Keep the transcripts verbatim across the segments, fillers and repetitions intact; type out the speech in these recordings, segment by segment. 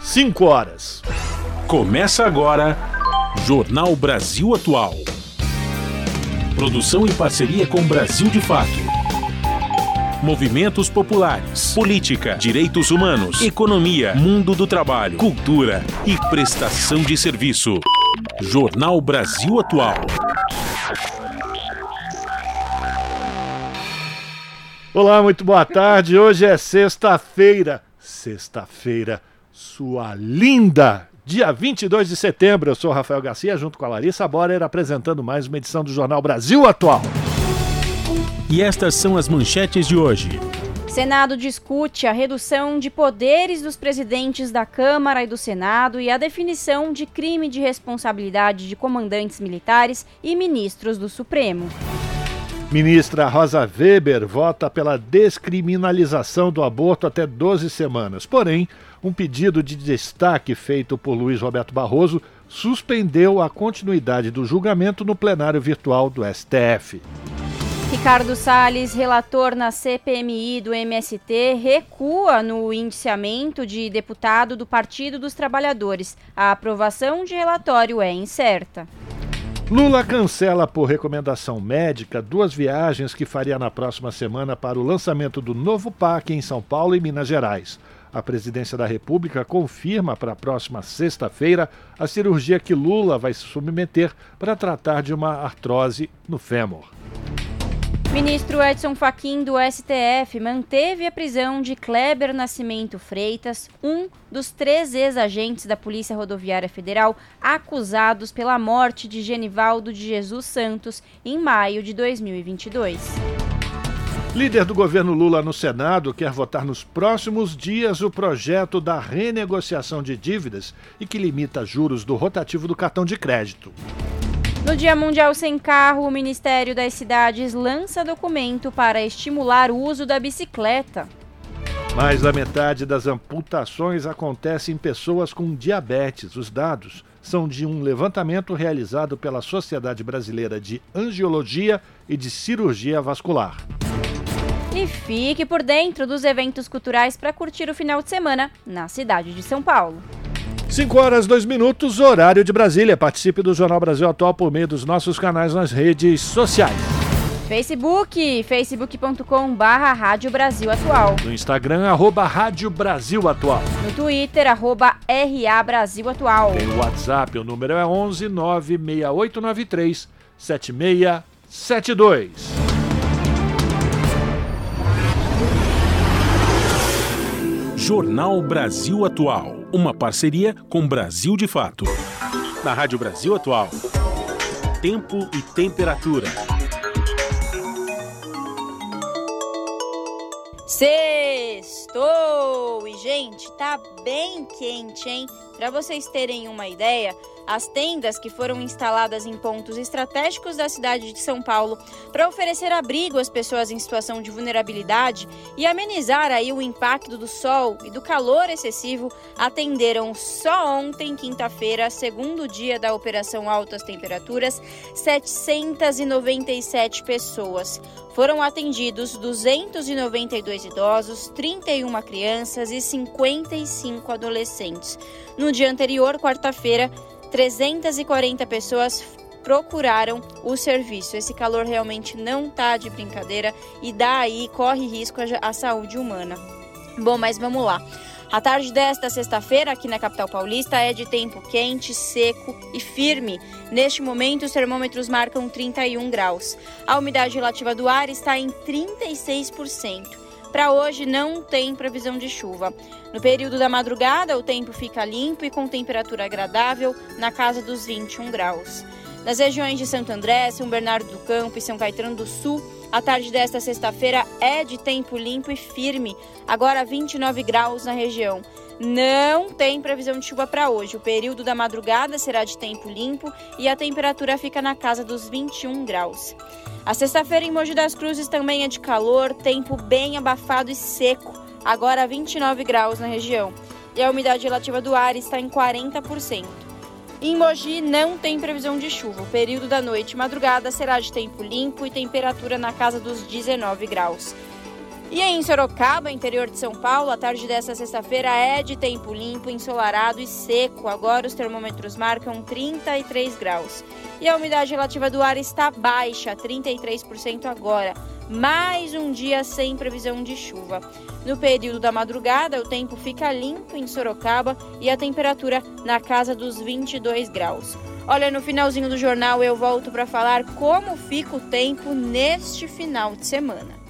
cinco horas. Começa agora, Jornal Brasil Atual. Produção em parceria com Brasil de Fato. Movimentos populares, política, direitos humanos, economia, mundo do trabalho, cultura e prestação de serviço. Jornal Brasil Atual. Olá, muito boa tarde. Hoje é sexta-feira. Sexta-feira, sua linda. Dia vinte e dois de setembro. Eu sou Rafael Garcia, junto com a Larissa Borer, apresentando mais uma edição do Jornal Brasil Atual. E estas são as manchetes de hoje. Senado discute a redução de poderes dos presidentes da Câmara e do Senado e a definição de crime de responsabilidade de comandantes militares e ministros do Supremo. Ministra Rosa Weber vota pela descriminalização do aborto até doze semanas. Porém, um pedido de destaque feito por Luiz Roberto Barroso suspendeu a continuidade do julgamento no plenário virtual do S T F. Ricardo Salles, relator na C P M I do M S T, recua no indiciamento de deputado do Partido dos Trabalhadores. A aprovação de relatório é incerta. Lula cancela por recomendação médica duas viagens que faria na próxima semana para o lançamento do novo parque em São Paulo e Minas Gerais. A presidência da República confirma para a próxima sexta-feira a cirurgia que Lula vai se submeter para tratar de uma artrose no fêmur. Ministro Edson Fachin do S T F manteve a prisão de Kleber Nascimento Freitas, um dos três ex-agentes da Polícia Rodoviária Federal acusados pela morte de Genivaldo de Jesus Santos em maio de dois mil e vinte e dois. Líder do governo Lula no Senado quer votar nos próximos dias o projeto da renegociação de dívidas e que limita juros do rotativo do cartão de crédito. No Dia Mundial Sem Carro, o Ministério das Cidades lança documento para estimular o uso da bicicleta. Mais da metade das amputações acontece em pessoas com diabetes. Os dados são de um levantamento realizado pela Sociedade Brasileira de Angiologia e de Cirurgia Vascular. E fique por dentro dos eventos culturais para curtir o final de semana na cidade de São Paulo. cinco horas, dois minutos, horário de Brasília. Participe do Jornal Brasil Atual por meio dos nossos canais nas redes sociais. Facebook, facebook ponto com barra Rádio Brasil Atual. No Instagram, arroba Rádio Brasil Atual. No Twitter, arroba R A Brasil Atual. Tem o WhatsApp, o número é onze nove seis oito nove três sete seis sete dois. Jornal Brasil Atual, uma parceria com Brasil de Fato. Na Rádio Brasil Atual, tempo e temperatura. Sextou! E, gente, tá bem quente, hein? Para vocês terem uma ideia, as tendas que foram instaladas em pontos estratégicos da cidade de São Paulo para oferecer abrigo às pessoas em situação de vulnerabilidade e amenizar aí o impacto do sol e do calor excessivo, atenderam só ontem, quinta-feira, segundo dia da Operação Altas Temperaturas, setecentas e noventa e sete pessoas. Foram atendidos duzentos e noventa e dois idosos, trinta e uma crianças e cinquenta e cinco adolescentes. No dia anterior, quarta-feira, trezentas e quarenta pessoas procuraram o serviço. Esse calor realmente não tá de brincadeira e daí corre risco à saúde humana. Bom, mas vamos lá. A tarde desta sexta-feira, aqui na capital paulista, é de tempo quente, seco e firme. Neste momento, os termômetros marcam trinta e um graus. A umidade relativa do ar está em trinta e seis por cento. Para hoje não tem previsão de chuva. No período da madrugada, o tempo fica limpo e com temperatura agradável na casa dos vinte e um graus. Nas regiões de Santo André, São Bernardo do Campo e São Caetano do Sul, a tarde desta sexta-feira é de tempo limpo e firme, agora vinte e nove graus na região. Não tem previsão de chuva para hoje. O período da madrugada será de tempo limpo e a temperatura fica na casa dos vinte e um graus. A sexta-feira em Mogi das Cruzes também é de calor, tempo bem abafado e seco, agora vinte e nove graus na região. E a umidade relativa do ar está em quarenta por cento. Em Mogi não tem previsão de chuva. O período da noite e madrugada será de tempo limpo e temperatura na casa dos dezenove graus. E em Sorocaba, interior de São Paulo, a tarde desta sexta-feira é de tempo limpo, ensolarado e seco. Agora os termômetros marcam trinta e três graus. E a umidade relativa do ar está baixa, trinta e três por cento agora. Mais um dia sem previsão de chuva. No período da madrugada, o tempo fica limpo em Sorocaba e a temperatura na casa dos vinte e dois graus. Olha, no finalzinho do jornal eu volto para falar como fica o tempo neste final de semana.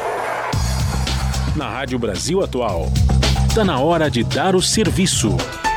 Na Rádio Brasil Atual, está na hora de dar o serviço.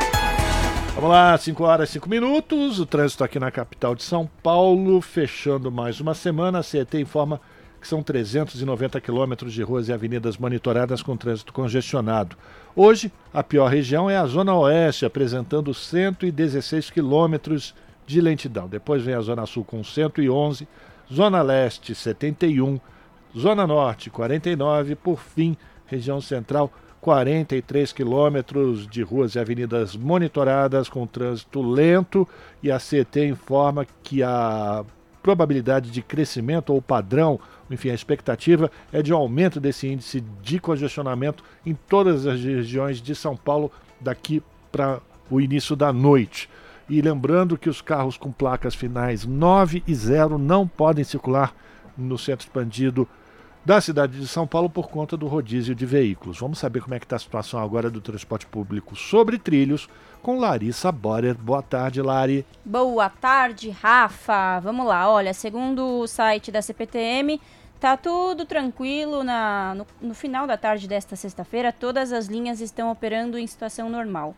Vamos lá, cinco horas e cinco minutos, o trânsito aqui na capital de São Paulo, fechando mais uma semana. A C E T informa que são trezentos e noventa quilômetros de ruas e avenidas monitoradas com trânsito congestionado. Hoje, a pior região é a Zona Oeste, apresentando cento e dezesseis quilômetros de lentidão. Depois vem a Zona Sul com cento e onze, Zona Leste setenta e um, Zona Norte quarenta e nove, por fim, região central, quarenta e três quilômetros de ruas e avenidas monitoradas com trânsito lento, e a C E T informa que a probabilidade de crescimento ou padrão, enfim, a expectativa é de um aumento desse índice de congestionamento em todas as regiões de São Paulo daqui para o início da noite. E lembrando que os carros com placas finais nove e zero não podem circular no centro expandido da cidade de São Paulo por conta do rodízio de veículos. Vamos saber como é que está a situação agora do transporte público sobre trilhos com Larissa Borer. Boa tarde, Lari. Boa tarde, Rafa. Vamos lá, olha, segundo o site da C P T M, tá tudo tranquilo. Na, no, no final da tarde desta sexta-feira, todas as linhas estão operando em situação normal.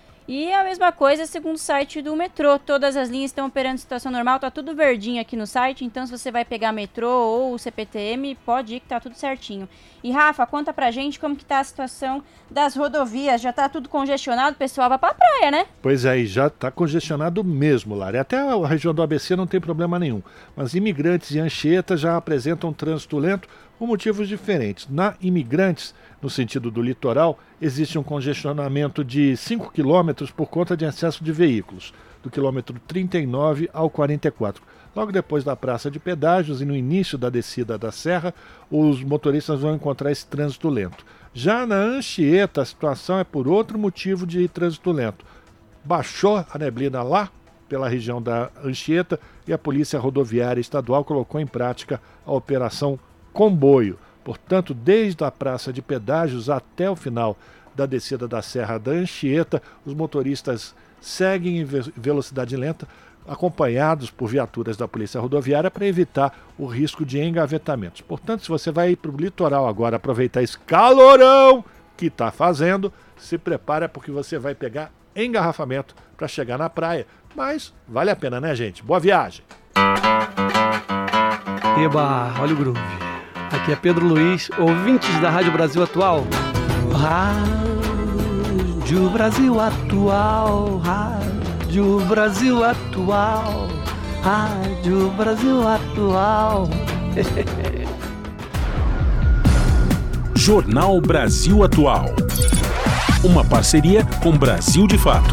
E a mesma coisa segundo o site do metrô, todas as linhas estão operando em situação normal, tá tudo verdinho aqui no site, então se você vai pegar metrô ou o C P T M, pode ir que tá tudo certinho. E Rafa, conta pra gente como que tá a situação das rodovias, já tá tudo congestionado, o pessoal vai pra praia, né? Pois é, já tá congestionado mesmo, Lara. Até a região do A B C não tem problema nenhum, mas Imigrantes e Anchieta já apresentam trânsito lento por motivos diferentes. Na Imigrantes, no sentido do litoral, existe um congestionamento de cinco quilômetros por conta de excesso de veículos, do quilômetro trinta e nove ao quarenta e quatro. Logo depois da praça de pedágios e no início da descida da serra, os motoristas vão encontrar esse trânsito lento. Já na Anchieta, a situação é por outro motivo de trânsito lento. Baixou a neblina lá, pela região da Anchieta, e a Polícia Rodoviária Estadual colocou em prática a Operação Comboio. Portanto, desde a praça de pedágios até o final da descida da Serra da Anchieta, os motoristas seguem em velocidade lenta, acompanhados por viaturas da Polícia Rodoviária para evitar o risco de engavetamentos. Portanto, se você vai para o litoral agora aproveitar esse calorão que está fazendo, se prepara porque você vai pegar engarrafamento para chegar na praia. Mas vale a pena, né, gente? Boa viagem! Eba, olha o groove. Aqui é Pedro Luiz, ouvintes da Rádio Brasil Atual. Rádio Brasil Atual, Rádio Brasil Atual, Rádio Brasil Atual. Jornal Brasil Atual. Uma parceria com Brasil de Fato.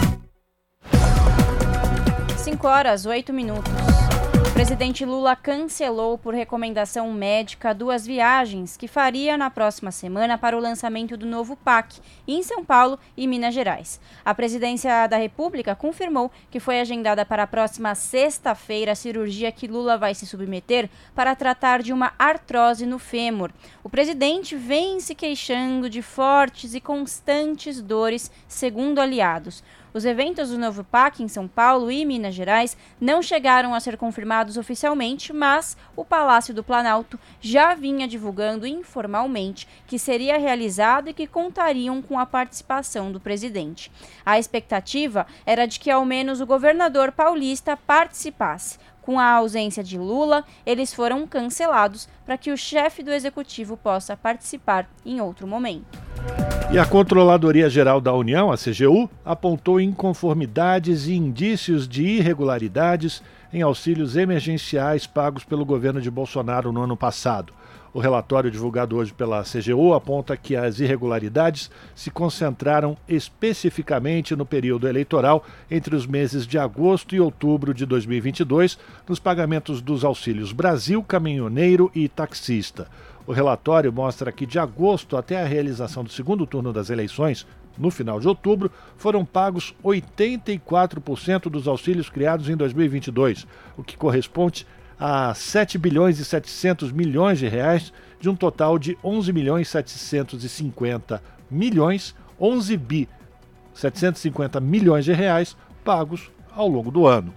cinco horas, oito minutos. O presidente Lula cancelou por recomendação médica duas viagens que faria na próxima semana para o lançamento do novo P A C em São Paulo e Minas Gerais. A presidência da República confirmou que foi agendada para a próxima sexta-feira a cirurgia que Lula vai se submeter para tratar de uma artrose no fêmur. O presidente vem se queixando de fortes e constantes dores, segundo aliados. Os eventos do novo P A C em São Paulo e Minas Gerais não chegaram a ser confirmados oficialmente, mas o Palácio do Planalto já vinha divulgando informalmente que seria realizado e que contariam com a participação do presidente. A expectativa era de que ao menos o governador paulista participasse. Com a ausência de Lula, eles foram cancelados para que o chefe do executivo possa participar em outro momento. E a Controladoria Geral da União, a C G U, apontou inconformidades e indícios de irregularidades em auxílios emergenciais pagos pelo governo de Bolsonaro no ano passado. O relatório divulgado hoje pela C G U aponta que as irregularidades se concentraram especificamente no período eleitoral entre os meses de agosto e outubro de dois mil e vinte e dois, nos pagamentos dos auxílios Brasil, Caminhoneiro e Taxista. O relatório mostra que de agosto até a realização do segundo turno das eleições, no final de outubro, foram pagos oitenta e quatro por cento dos auxílios criados em dois mil e vinte e dois, o que corresponde a sete bilhões e setecentos milhões de reais, de um total de onze milhões setecentos e cinquenta milhões, onze bi setecentos e cinquenta milhões de reais pagos ao longo do ano.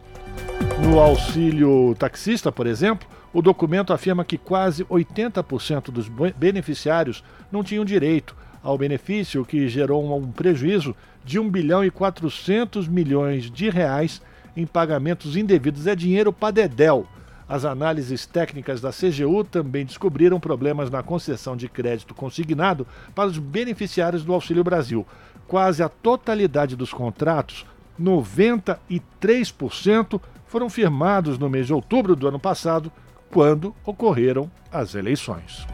No auxílio taxista, por exemplo, o documento afirma que quase oitenta por cento dos beneficiários não tinham direito ao benefício, o que gerou um prejuízo de um bilhão e quatrocentos milhões de reais em pagamentos indevidos. É dinheiro para dedéu. As análises técnicas da C G U também descobriram problemas na concessão de crédito consignado para os beneficiários do Auxílio Brasil. Quase a totalidade dos contratos, noventa e três por cento, foram firmados no mês de outubro do ano passado, quando ocorreram as eleições.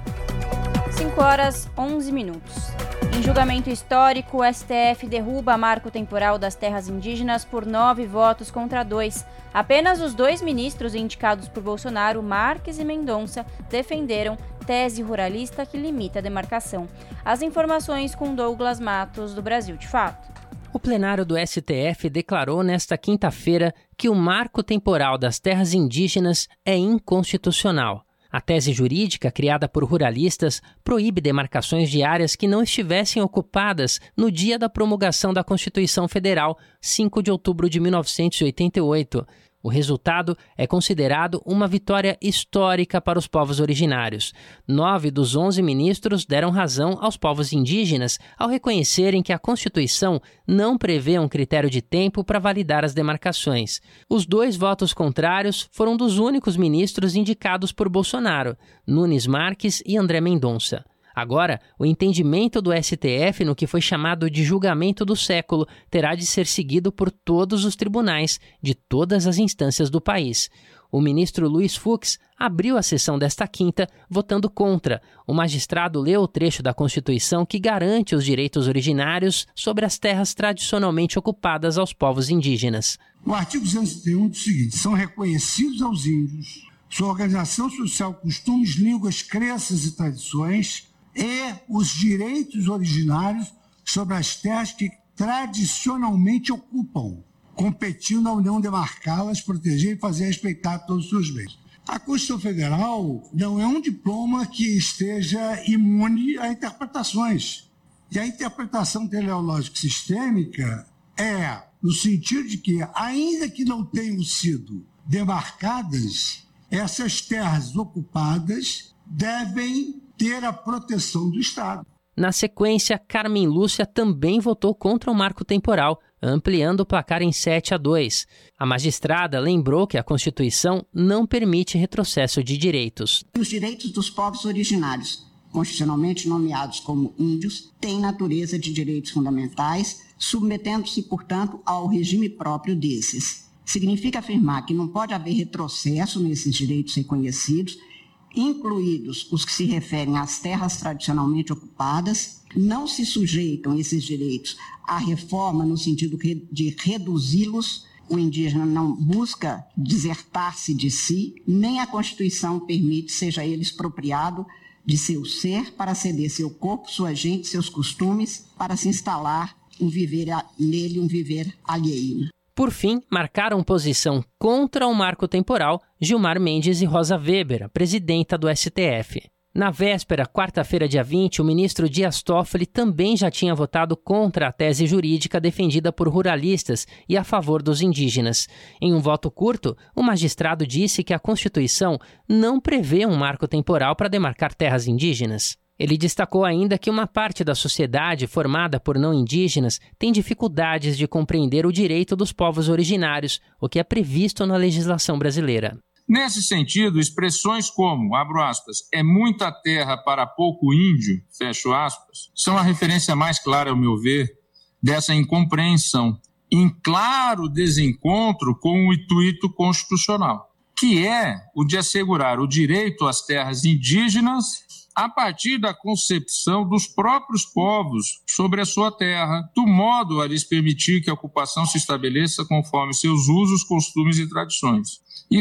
cinco horas, onze minutos. Em julgamento histórico, o S T F derruba marco temporal das terras indígenas por nove votos contra dois. Apenas os dois ministros indicados por Bolsonaro, Marques e Mendonça, defenderam tese ruralista que limita a demarcação. As informações com Douglas Matos, do Brasil de Fato. O plenário do S T F declarou nesta quinta-feira que o marco temporal das terras indígenas é inconstitucional. A tese jurídica, criada por ruralistas, proíbe demarcações de áreas que não estivessem ocupadas no dia da promulgação da Constituição Federal, cinco de outubro de mil novecentos e oitenta e oito. O resultado é considerado uma vitória histórica para os povos originários. Nove dos onze ministros deram razão aos povos indígenas ao reconhecerem que a Constituição não prevê um critério de tempo para validar as demarcações. Os dois votos contrários foram dos únicos ministros indicados por Bolsonaro, Nunes Marques e André Mendonça. Agora, o entendimento do S T F no que foi chamado de julgamento do século terá de ser seguido por todos os tribunais de todas as instâncias do país. O ministro Luiz Fux abriu a sessão desta quinta votando contra. O magistrado leu o trecho da Constituição que garante os direitos originários sobre as terras tradicionalmente ocupadas aos povos indígenas. O artigo duzentos e setenta e um diz o seguinte: são reconhecidos aos índios sua organização social, costumes, línguas, crenças e tradições e os direitos originários sobre as terras que tradicionalmente ocupam, competindo à União demarcá-las, proteger e fazer respeitar todos os seus bens. A Constituição Federal não é um diploma que esteja imune a interpretações. E a interpretação teleológica sistêmica é no sentido de que, ainda que não tenham sido demarcadas, essas terras ocupadas devem ter a proteção do Estado. Na sequência, Carmen Lúcia também votou contra o marco temporal, ampliando o placar em sete a dois. A magistrada lembrou que a Constituição não permite retrocesso de direitos. Os direitos dos povos originários, constitucionalmente nomeados como índios, têm natureza de direitos fundamentais, submetendo-se, portanto, ao regime próprio desses. Significa afirmar que não pode haver retrocesso nesses direitos reconhecidos, incluídos os que se referem às terras tradicionalmente ocupadas. Não se sujeitam esses direitos à reforma no sentido de reduzi-los. O indígena não busca desertar-se de si, nem a Constituição permite seja ele expropriado de seu ser para ceder seu corpo, sua gente, seus costumes, para se instalar um viver nele, um viver alheio. Por fim, marcaram posição contra o marco temporal Gilmar Mendes e Rosa Weber, a presidenta do S T F. Na véspera, quarta-feira, dia vinte, o ministro Dias Toffoli também já tinha votado contra a tese jurídica defendida por ruralistas e a favor dos indígenas. Em um voto curto, o magistrado disse que a Constituição não prevê um marco temporal para demarcar terras indígenas. Ele destacou ainda que uma parte da sociedade formada por não indígenas tem dificuldades de compreender o direito dos povos originários, o que é previsto na legislação brasileira. Nesse sentido, expressões como, abro aspas, é muita terra para pouco índio, fecho aspas, são a referência mais clara, ao meu ver, dessa incompreensão, em claro desencontro com o intuito constitucional, que é o de assegurar o direito às terras indígenas a partir da concepção dos próprios povos sobre a sua terra, do modo a lhes permitir que a ocupação se estabeleça conforme seus usos, costumes e tradições. Isso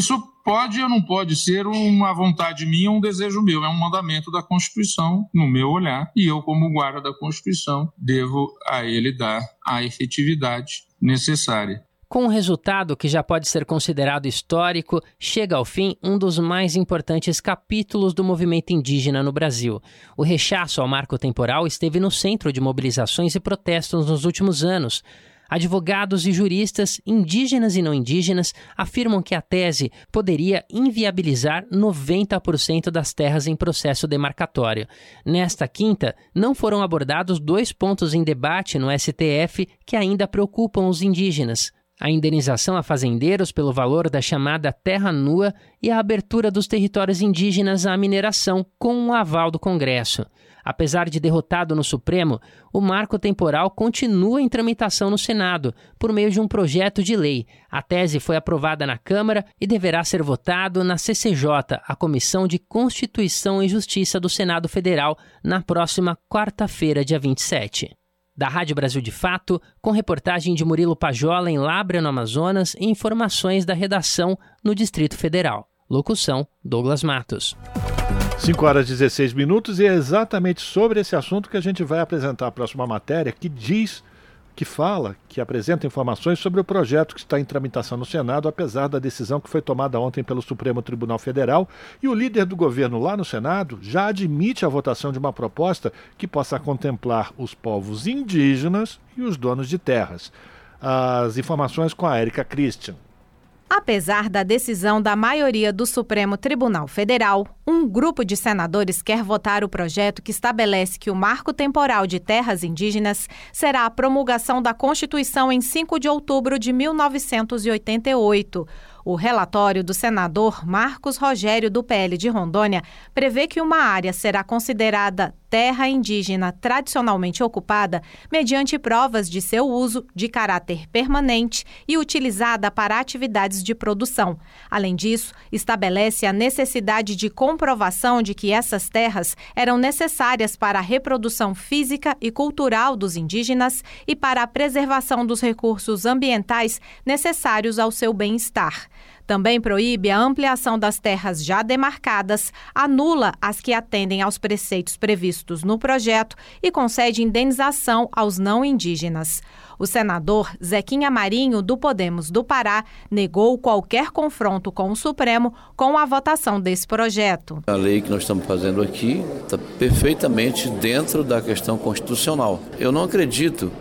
pode ou não pode ser uma vontade minha, um desejo meu, é um mandamento da Constituição, no meu olhar, e eu, como guarda da Constituição, devo a ele dar a efetividade necessária. Com um resultado que já pode ser considerado histórico, chega ao fim um dos mais importantes capítulos do movimento indígena no Brasil. O rechaço ao marco temporal esteve no centro de mobilizações e protestos nos últimos anos. Advogados e juristas, indígenas e não indígenas, afirmam que a tese poderia inviabilizar noventa por cento das terras em processo demarcatório. Nesta quinta, não foram abordados dois pontos em debate no S T F que ainda preocupam os indígenas: a indenização a fazendeiros pelo valor da chamada terra nua e a abertura dos territórios indígenas à mineração com um aval do Congresso. Apesar de derrotado no Supremo, o marco temporal continua em tramitação no Senado, por meio de um projeto de lei. A tese foi aprovada na Câmara e deverá ser votado na C C J, a Comissão de Constituição e Justiça do Senado Federal, na próxima quarta-feira, dia vinte e sete. Da Rádio Brasil de Fato, com reportagem de Murilo Pajola em Lábrea, no Amazonas, e informações da redação no Distrito Federal. Locução, Douglas Matos. cinco horas e dezesseis minutos, e é exatamente sobre esse assunto que a gente vai apresentar a próxima matéria, que diz, que fala, que apresenta informações sobre o projeto que está em tramitação no Senado, apesar da decisão que foi tomada ontem pelo Supremo Tribunal Federal, e o líder do governo lá no Senado já admite a votação de uma proposta que possa contemplar os povos indígenas e os donos de terras. As informações com a Érica Christian. Apesar da decisão da maioria do Supremo Tribunal Federal, um grupo de senadores quer votar o projeto que estabelece que o marco temporal de terras indígenas será a promulgação da Constituição em cinco de outubro de mil novecentos e oitenta e oito. O relatório do senador Marcos Rogério, do P L de Rondônia, prevê que uma área será considerada terra indígena tradicionalmente ocupada mediante provas de seu uso de caráter permanente e utilizada para atividades de produção. Além disso, estabelece a necessidade de comprovação de que essas terras eram necessárias para a reprodução física e cultural dos indígenas e para a preservação dos recursos ambientais necessários ao seu bem-estar. Também proíbe a ampliação das terras já demarcadas, anula as que atendem aos preceitos previstos no projeto e concede indenização aos não indígenas. O senador Zequinha Marinho, do Podemos do Pará, negou qualquer confronto com o Supremo com a votação desse projeto. A lei que nós estamos fazendo aqui está perfeitamente dentro da questão constitucional. Eu não acredito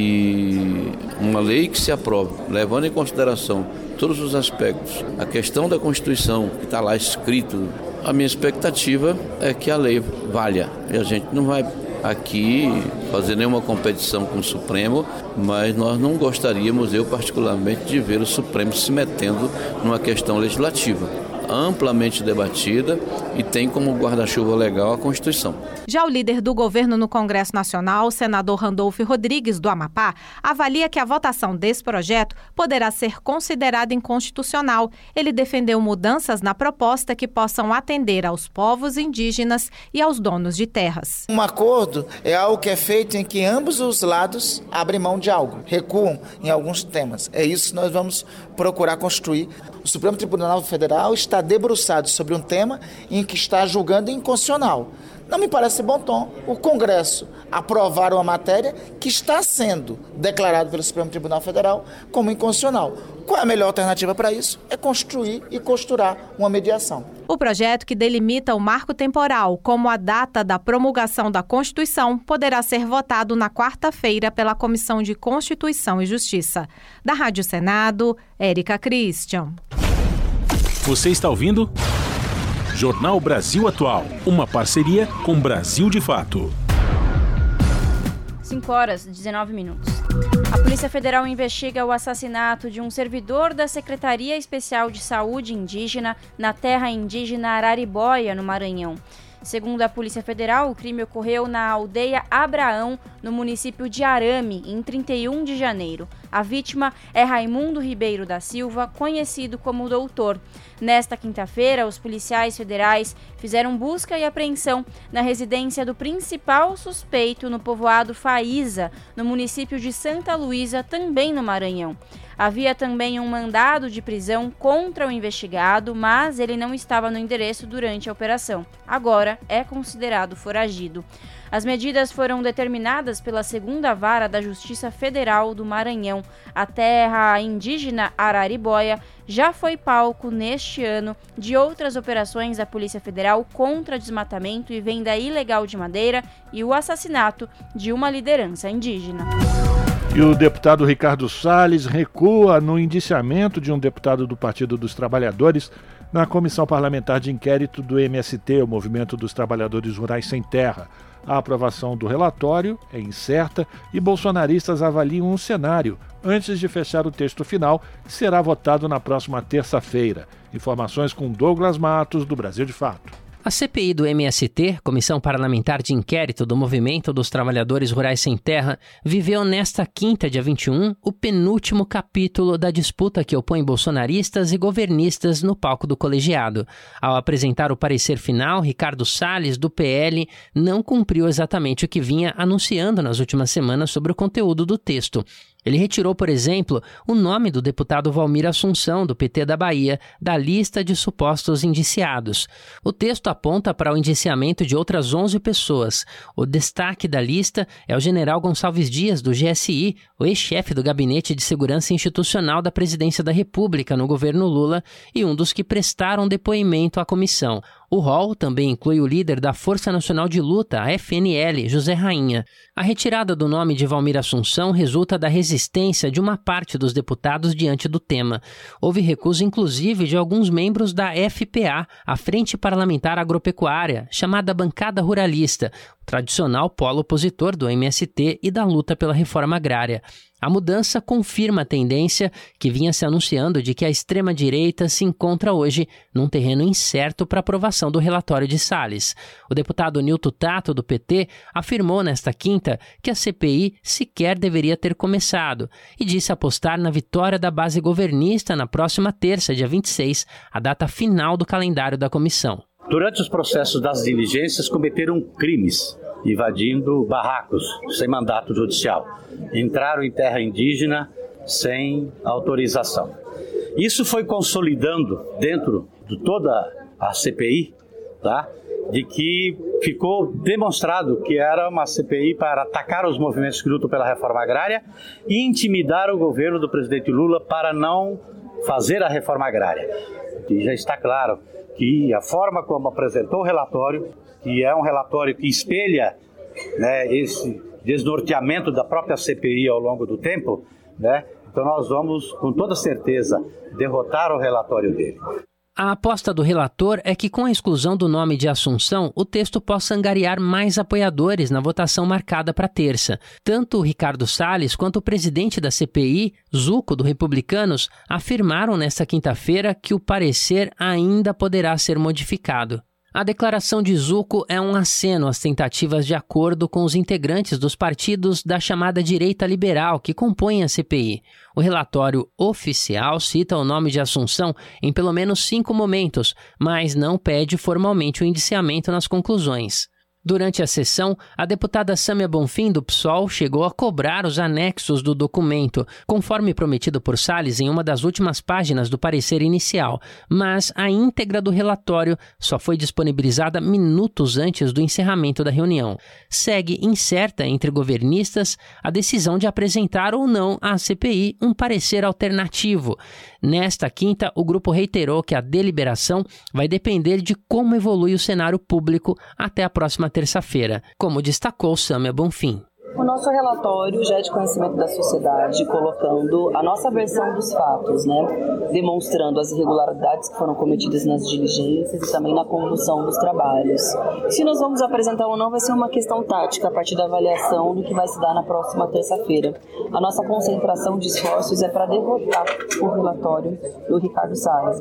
que uma lei que se aprove, levando em consideração todos os aspectos, a questão da Constituição, que está lá escrito, a minha expectativa é que a lei valha. E a gente não vai aqui fazer nenhuma competição com o Supremo, mas nós não gostaríamos, eu particularmente, de ver o Supremo se metendo numa questão legislativa, amplamente debatida e tem como guarda-chuva legal a Constituição. Já o líder do governo no Congresso Nacional, o senador Randolfo Rodrigues, do Amapá, avalia que a votação desse projeto poderá ser considerada inconstitucional. Ele defendeu mudanças na proposta que possam atender aos povos indígenas e aos donos de terras. Um acordo é algo que é feito em que ambos os lados abrem mão de algo, recuam em alguns temas. É isso que nós vamos procurar construir. O Supremo Tribunal Federal está debruçado sobre um tema em que está julgando inconstitucional. Não me parece bom tom o Congresso aprovar uma matéria que está sendo declarada pelo Supremo Tribunal Federal como inconstitucional. Qual é a melhor alternativa para isso? É construir e costurar uma mediação. O projeto que delimita o marco temporal como a data da promulgação da Constituição poderá ser votado na quarta-feira pela Comissão de Constituição e Justiça. Da Rádio Senado, Érica Christian. Você está ouvindo? Jornal Brasil Atual, uma parceria com Brasil de Fato. cinco horas e dezenove minutos. A Polícia Federal investiga o assassinato de um servidor da Secretaria Especial de Saúde Indígena na terra indígena Araribóia, no Maranhão. Segundo a Polícia Federal, o crime ocorreu na aldeia Abraão, no município de Arame, em trinta e um de janeiro. A vítima é Raimundo Ribeiro da Silva, conhecido como Doutor. Nesta quinta-feira, os policiais federais fizeram busca e apreensão na residência do principal suspeito no povoado Faísa, no município de Santa Luísa, também no Maranhão. Havia também um mandado de prisão contra o investigado, mas ele não estava no endereço durante a operação. Agora é considerado foragido. As medidas foram determinadas pela segunda Vara da Justiça Federal do Maranhão. A terra indígena Araribóia já foi palco neste ano de outras operações da Polícia Federal contra desmatamento e venda ilegal de madeira e o assassinato de uma liderança indígena. E o deputado Ricardo Salles recua no indiciamento de um deputado do Partido dos Trabalhadores na Comissão Parlamentar de Inquérito do M S T, o Movimento dos Trabalhadores Rurais Sem Terra. A aprovação do relatório é incerta e bolsonaristas avaliam um cenário antes de fechar o texto final, que será votado na próxima terça-feira. Informações com Douglas Matos, do Brasil de Fato. A C P I do M S T, Comissão Parlamentar de Inquérito do Movimento dos Trabalhadores Rurais Sem Terra, viveu nesta quinta, dia vinte e um, o penúltimo capítulo da disputa que opõe bolsonaristas e governistas no palco do colegiado. Ao apresentar o parecer final, Ricardo Salles, do P L, não cumpriu exatamente o que vinha anunciando nas últimas semanas sobre o conteúdo do texto. Ele retirou, por exemplo, o nome do deputado Valmir Assunção, do P T da Bahia, da lista de supostos indiciados. O texto aponta para o indiciamento de outras onze pessoas. O destaque da lista é o general Gonçalves Dias, do G S I, o ex-chefe do Gabinete de Segurança Institucional da Presidência da República no governo Lula e um dos que prestaram depoimento à comissão. O rol também inclui o líder da Força Nacional de Luta, a F N L, José Rainha. A retirada do nome de Valmir Assunção resulta da resistência de uma parte dos deputados diante do tema. Houve recuso, inclusive, de alguns membros da F P A, a Frente Parlamentar Agropecuária, chamada Bancada Ruralista, o tradicional polo opositor do M S T e da luta pela reforma agrária. A mudança confirma a tendência que vinha se anunciando de que a extrema-direita se encontra hoje num terreno incerto para aprovação do relatório de Salles. O deputado Nilton Tato, do P T, afirmou nesta quinta que a C P I sequer deveria ter começado e disse apostar na vitória da base governista na próxima terça, dia vinte e seis, a data final do calendário da comissão. Durante os processos das diligências, cometeram crimes, invadindo barracos sem mandato judicial. Entraram em terra indígena sem autorização. Isso foi consolidando dentro de toda a C P I, tá? De que ficou demonstrado que era uma C P I para atacar os movimentos que lutam pela reforma agrária e intimidar o governo do presidente Lula para não fazer a reforma agrária. E já está claro que a forma como apresentou o relatório, que é um relatório que espelha, né, esse desnorteamento da própria C P I ao longo do tempo, né, então nós vamos, com toda certeza, derrotar o relatório dele. A aposta do relator é que, com a exclusão do nome de Assunção, o texto possa angariar mais apoiadores na votação marcada para terça. Tanto o Ricardo Salles quanto o presidente da C P I, Zucco, do Republicanos, afirmaram nesta quinta-feira que o parecer ainda poderá ser modificado. A declaração de Zucco é um aceno às tentativas de acordo com os integrantes dos partidos da chamada direita liberal que compõem a C P I. O relatório oficial cita o nome de Assunção em pelo menos cinco momentos, mas não pede formalmente o indiciamento nas conclusões. Durante a sessão, a deputada Sâmia Bonfim, do P SOL, chegou a cobrar os anexos do documento, conforme prometido por Salles em uma das últimas páginas do parecer inicial, mas a íntegra do relatório só foi disponibilizada minutos antes do encerramento da reunião. Segue incerta entre governistas a decisão de apresentar ou não à C P I um parecer alternativo. Nesta quinta, o grupo reiterou que a deliberação vai depender de como evolui o cenário público até a próxima terça-feira, como destacou Sâmia Bonfim. O nosso relatório já é de conhecimento da sociedade, colocando a nossa versão dos fatos, né? Demonstrando as irregularidades que foram cometidas nas diligências e também na condução dos trabalhos. Se nós vamos apresentar ou não vai ser uma questão tática a partir da avaliação do que vai se dar na próxima terça-feira. A nossa concentração de esforços é para derrotar o relatório do Ricardo Salles.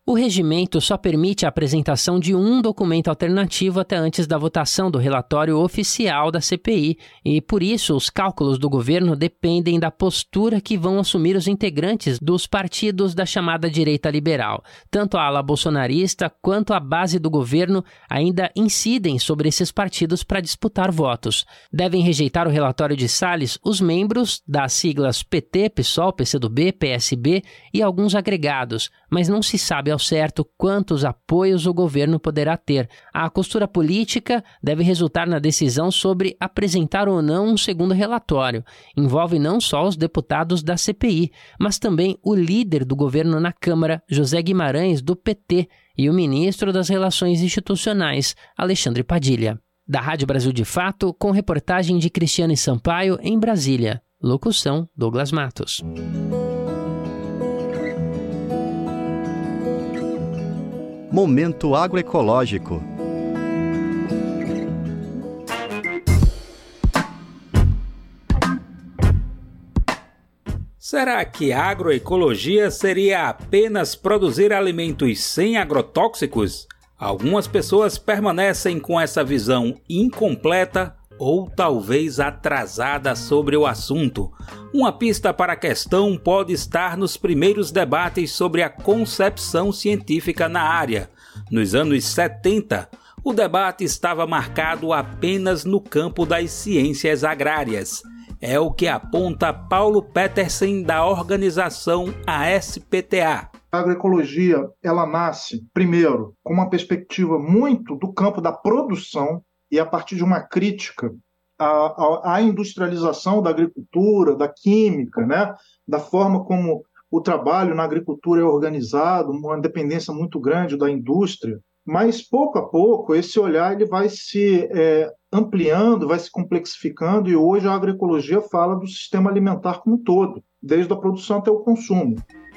O regimento só permite a apresentação de um documento alternativo até antes da votação do relatório oficial da C P I e, por isso, os cálculos do governo dependem da postura que vão assumir os integrantes dos partidos da chamada direita liberal. Tanto a ala bolsonarista quanto a base do governo ainda incidem sobre esses partidos para disputar votos. Devem rejeitar o relatório de Salles os membros das siglas P T, PSOL, P C do B, P S B e alguns agregados, mas não se sabe ao certo quantos apoios o governo poderá ter. A costura política deve resultar na decisão sobre apresentar ou não um segundo relatório. Envolve não só os deputados da C P I, mas também o líder do governo na Câmara, José Guimarães, do P T, e o ministro das Relações Institucionais, Alexandre Padilha. Da Rádio Brasil de Fato, com reportagem de Cristiane Sampaio, em Brasília. Locução, Douglas Matos. Momento agroecológico. Será que a agroecologia seria apenas produzir alimentos sem agrotóxicos? Algumas pessoas permanecem com essa visão incompleta ou talvez atrasada sobre o assunto. Uma pista para a questão pode estar nos primeiros debates sobre a concepção científica na área. Nos anos setenta, o debate estava marcado apenas no campo das ciências agrárias. É o que aponta Paulo Petersen, da organização A S P T A. A agroecologia, ela nasce, primeiro, com uma perspectiva muito do campo da produção e a partir de uma crítica à, à, à industrialização da agricultura, da química, né? Da forma como o trabalho na agricultura é organizado, uma dependência muito grande da indústria. Mas, pouco a pouco, esse olhar ele vai se é, ampliando, vai se complexificando, e hoje a agroecologia fala do sistema alimentar como um todo, desde a produção até o consumo.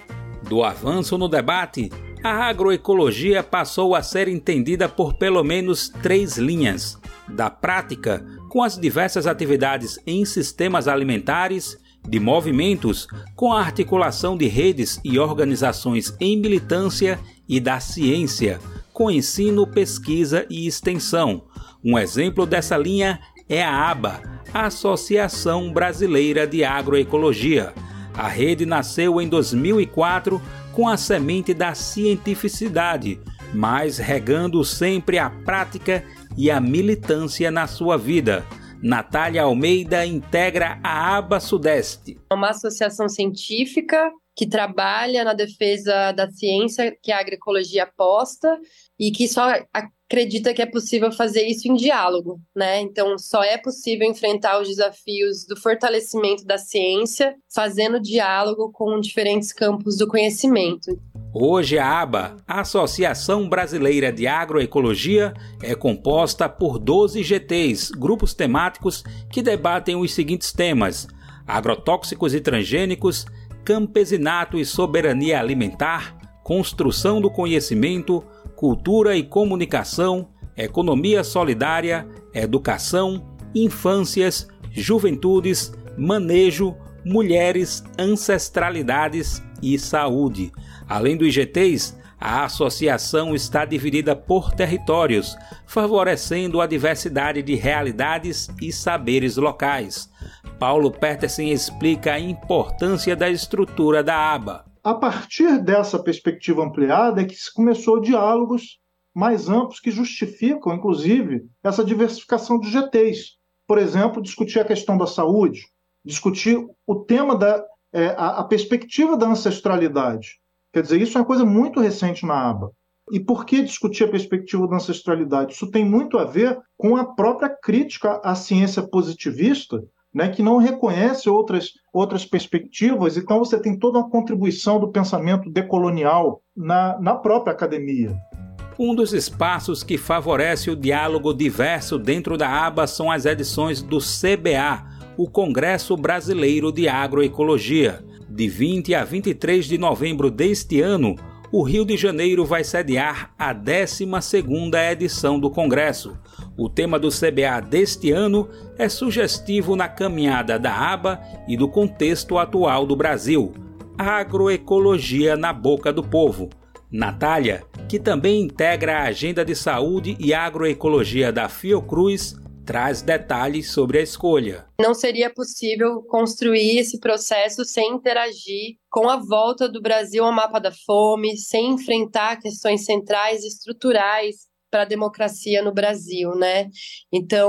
Do avanço no debate, a agroecologia passou a ser entendida por pelo menos três linhas. Da prática, com as diversas atividades em sistemas alimentares, de movimentos, com a articulação de redes e organizações em militância, e da ciência, com ensino, pesquisa e extensão. Um exemplo dessa linha é a ABA, Associação Brasileira de Agroecologia. A rede nasceu em dois mil e quatro com a semente da cientificidade, mas regando sempre a prática e a militância na sua vida. Natália Almeida integra a ABA Sudeste. É uma associação científica que trabalha na defesa da ciência que a agroecologia aposta e que só acredita que é possível fazer isso em diálogo, né? Então, só é possível enfrentar os desafios do fortalecimento da ciência fazendo diálogo com diferentes campos do conhecimento. Hoje a ABA, Associação Brasileira de Agroecologia, é composta por doze G Tês, grupos temáticos que debatem os seguintes temas: agrotóxicos e transgênicos, campesinato e soberania alimentar, construção do conhecimento, cultura e comunicação, economia solidária, educação, infâncias, juventudes, manejo, mulheres, ancestralidades e saúde. Além dos G Tês, a associação está dividida por territórios, favorecendo a diversidade de realidades e saberes locais. Paulo Petersen explica a importância da estrutura da ABA. A partir dessa perspectiva ampliada é que se começou diálogos mais amplos que justificam, inclusive, essa diversificação de G Tês. Por exemplo, discutir a questão da saúde, discutir o tema da é, a, a perspectiva da ancestralidade. Quer dizer, isso é uma coisa muito recente na ABA. E por que discutir a perspectiva da ancestralidade? Isso tem muito a ver com a própria crítica à ciência positivista, né, que não reconhece outras, outras perspectivas. Então você tem toda uma contribuição do pensamento decolonial na, na própria academia. Um dos espaços que favorece o diálogo diverso dentro da ABA são as edições do C B A, o Congresso Brasileiro de Agroecologia. De vinte a vinte e três de novembro deste ano, o Rio de Janeiro vai sediar a décima segunda edição do Congresso. O tema do C B A deste ano é sugestivo na caminhada da ABA e do contexto atual do Brasil: agroecologia na boca do povo. Natália, que também integra a Agenda de Saúde e Agroecologia da Fiocruz, traz detalhes sobre a escolha. Não seria possível construir esse processo sem interagir com a volta do Brasil ao mapa da fome, sem enfrentar questões centrais e estruturais para a democracia no Brasil, né? Então,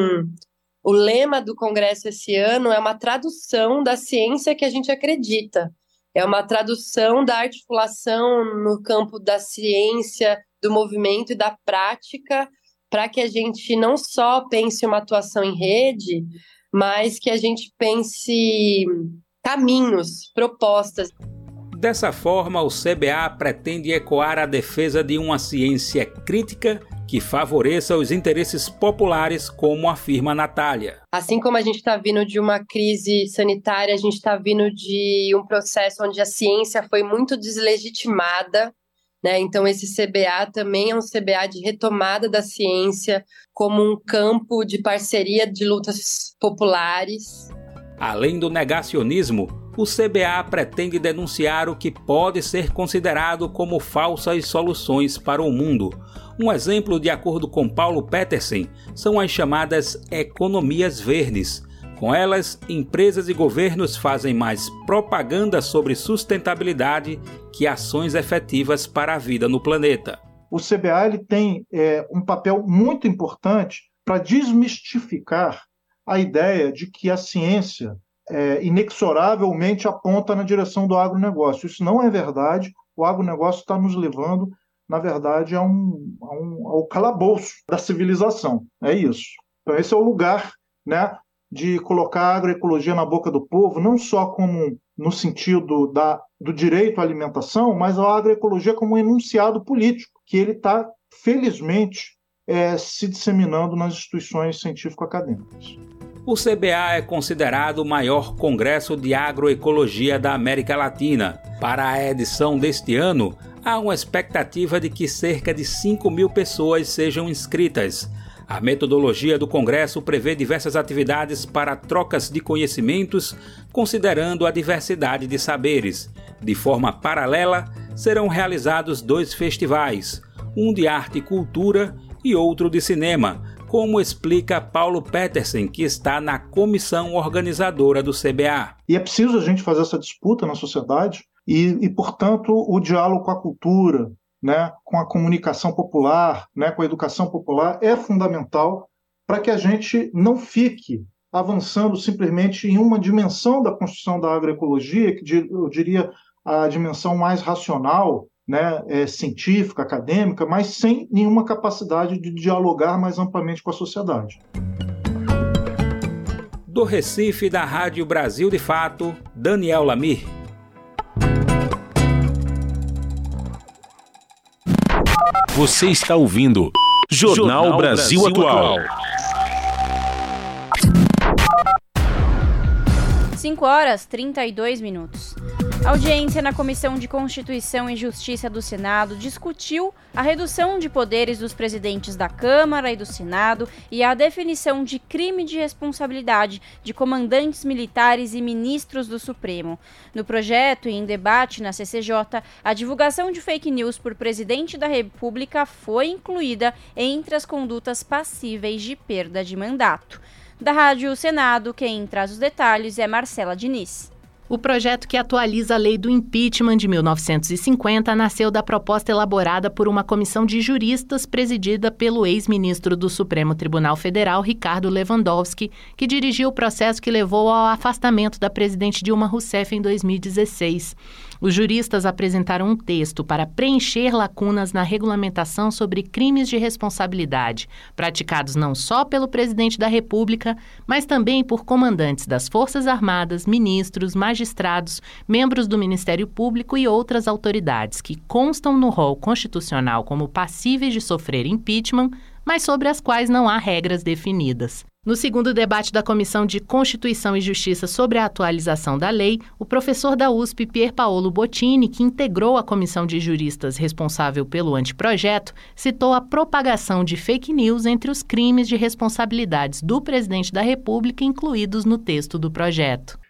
o lema do Congresso esse ano é uma tradução da ciência que a gente acredita. É uma tradução da articulação no campo da ciência, do movimento e da prática, para que a gente não só pense uma atuação em rede, mas que a gente pense caminhos, propostas. Dessa forma, o C B A pretende ecoar a defesa de uma ciência crítica que favoreça os interesses populares, como afirma Natália. Assim como a gente está vindo de uma crise sanitária, a gente está vindo de um processo onde a ciência foi muito deslegitimada, né? Então esse C B A também é um C B A de retomada da ciência como um campo de parceria de lutas populares. Além do negacionismo, o C B A pretende denunciar o que pode ser considerado como falsas soluções para o mundo. Um exemplo, de acordo com Paulo Petersen, são as chamadas economias verdes. Com elas, empresas e governos fazem mais propaganda sobre sustentabilidade que ações efetivas para a vida no planeta. O C B A ele tem é, um papel muito importante para desmistificar a ideia de que a ciência é, inexoravelmente aponta na direção do agronegócio. Isso não é verdade. O agronegócio está nos levando, na verdade, a um, a um, ao calabouço da civilização. É isso. Então, esse é o lugar, né, de colocar a agroecologia na boca do povo, não só como no sentido da, do direito à alimentação, mas a agroecologia como um enunciado político, que ele está, felizmente, é, se disseminando nas instituições científico-acadêmicas. O C B A é considerado o maior congresso de agroecologia da América Latina. Para a edição deste ano, há uma expectativa de que cerca de cinco mil pessoas sejam inscritas. A metodologia do congresso prevê diversas atividades para trocas de conhecimentos, considerando a diversidade de saberes. De forma paralela, serão realizados dois festivais, um de arte e cultura e outro de cinema, como explica Paulo Petersen, que está na comissão organizadora do C B A. E é preciso a gente fazer essa disputa na sociedade e, e portanto, o diálogo com a cultura, né, com a comunicação popular, né, com a educação popular, é fundamental para que a gente não fique avançando simplesmente em uma dimensão da construção da agroecologia, que eu diria a dimensão mais racional, né, é, científica, acadêmica, mas sem nenhuma capacidade de dialogar mais amplamente com a sociedade. Do Recife, da Rádio Brasil de Fato, Daniel Lamir. Você está ouvindo Jornal, Jornal Brasil, Brasil Atual. cinco horas e trinta e dois minutos. A audiência na Comissão de Constituição e Justiça do Senado discutiu a redução de poderes dos presidentes da Câmara e do Senado e a definição de crime de responsabilidade de comandantes militares e ministros do Supremo. No projeto e em debate na C C J, a divulgação de fake news por presidente da República foi incluída entre as condutas passíveis de perda de mandato. Da Rádio Senado, quem traz os detalhes é Marcela Diniz. O projeto que atualiza a lei do impeachment de mil novecentos e cinquenta nasceu da proposta elaborada por uma comissão de juristas presidida pelo ex-ministro do Supremo Tribunal Federal, Ricardo Lewandowski, que dirigiu o processo que levou ao afastamento da presidente Dilma Rousseff em dois mil e dezesseis. Os juristas apresentaram um texto para preencher lacunas na regulamentação sobre crimes de responsabilidade, praticados não só pelo presidente da República, mas também por comandantes das Forças Armadas, ministros, magistrados, membros do Ministério Público e outras autoridades que constam no rol constitucional como passíveis de sofrer impeachment, mas sobre as quais não há regras definidas. No segundo debate da Comissão de Constituição e Justiça sobre a atualização da lei, o professor da U S P, Pier Paolo Bottini, que integrou a comissão de juristas responsável pelo anteprojeto, citou a propagação de fake news entre os crimes de responsabilidades do presidente da República incluídos no texto do projeto.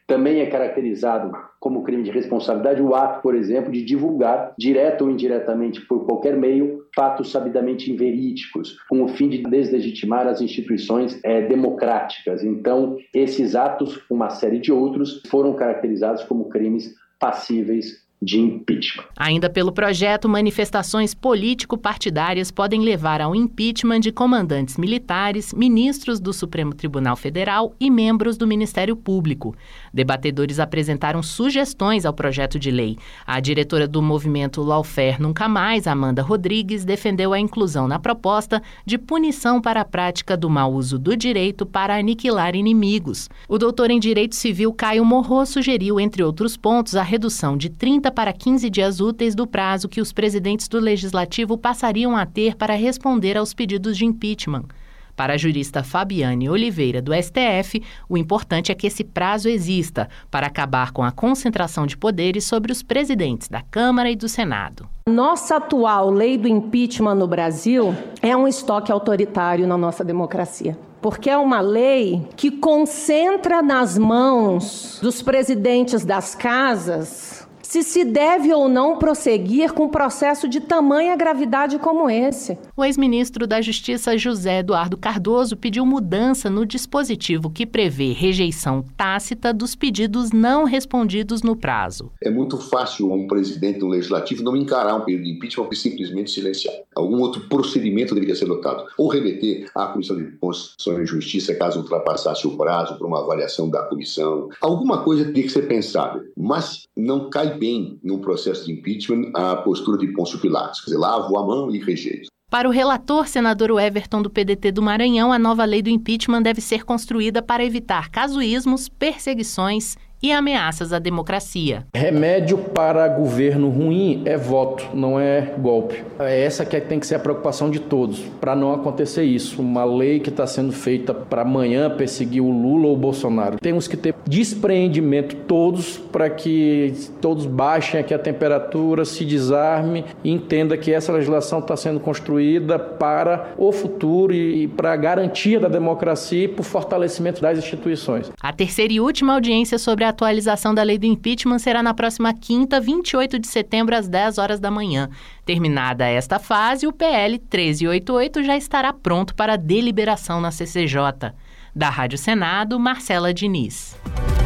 Também é caracterizado como crime de responsabilidade o ato, por exemplo, de divulgar, direta ou indiretamente por qualquer meio, fatos sabidamente inverídicos, com o fim de deslegitimar as instituições é, democráticas. Então, esses atos, uma série de outros, foram caracterizados como crimes passíveis de impeachment. Ainda pelo projeto, manifestações político-partidárias podem levar ao impeachment de comandantes militares, ministros do Supremo Tribunal Federal e membros do Ministério Público. Debatedores apresentaram sugestões ao projeto de lei. A diretora do movimento Lawfare Nunca Mais, Amanda Rodrigues, defendeu a inclusão na proposta de punição para a prática do mau uso do direito para aniquilar inimigos. O doutor em Direito Civil Caio Morro sugeriu, entre outros pontos, a redução de trinta para quinze dias úteis do prazo que os presidentes do Legislativo passariam a ter para responder aos pedidos de impeachment. Para a jurista Fabiane Oliveira, do S T F, o importante é que esse prazo exista para acabar com a concentração de poderes sobre os presidentes da Câmara e do Senado. Nossa atual lei do impeachment no Brasil é um estoque autoritário na nossa democracia. Porque é uma lei que concentra nas mãos dos presidentes das casas se se deve ou não prosseguir com um processo de tamanha gravidade como esse. O ex-ministro da Justiça José Eduardo Cardoso pediu mudança no dispositivo que prevê rejeição tácita dos pedidos não respondidos no prazo. É muito fácil um presidente do Legislativo não encarar um pedido de impeachment e simplesmente silenciar. Algum outro procedimento deveria ser adotado. Ou remeter à Comissão de Constituição e Justiça caso ultrapassasse o prazo para uma avaliação da comissão. Alguma coisa teria que ser pensada, mas não cai bem no processo de impeachment a postura de Pôncio Pilatos, quer dizer, lavo a mão e rejeito. Para o relator, senador Everton do P D T do Maranhão, a nova lei do impeachment deve ser construída para evitar casuísmos, perseguições e ameaças à democracia. Remédio para governo ruim é voto, não é golpe. É essa que tem que ser a preocupação de todos, para não acontecer isso. Uma lei que está sendo feita para amanhã perseguir o Lula ou o Bolsonaro. Temos que ter despreendimento todos para que todos baixem aqui a temperatura, se desarme e entenda que essa legislação está sendo construída para o futuro e para a garantia da democracia e para o fortalecimento das instituições. A terceira e última audiência sobre a atualização da lei do impeachment será na próxima quinta, vinte e oito de setembro, às dez horas da manhã. Terminada esta fase, o P L treze oitenta e oito já estará pronto para deliberação na C C J. Da Rádio Senado, Marcela Diniz.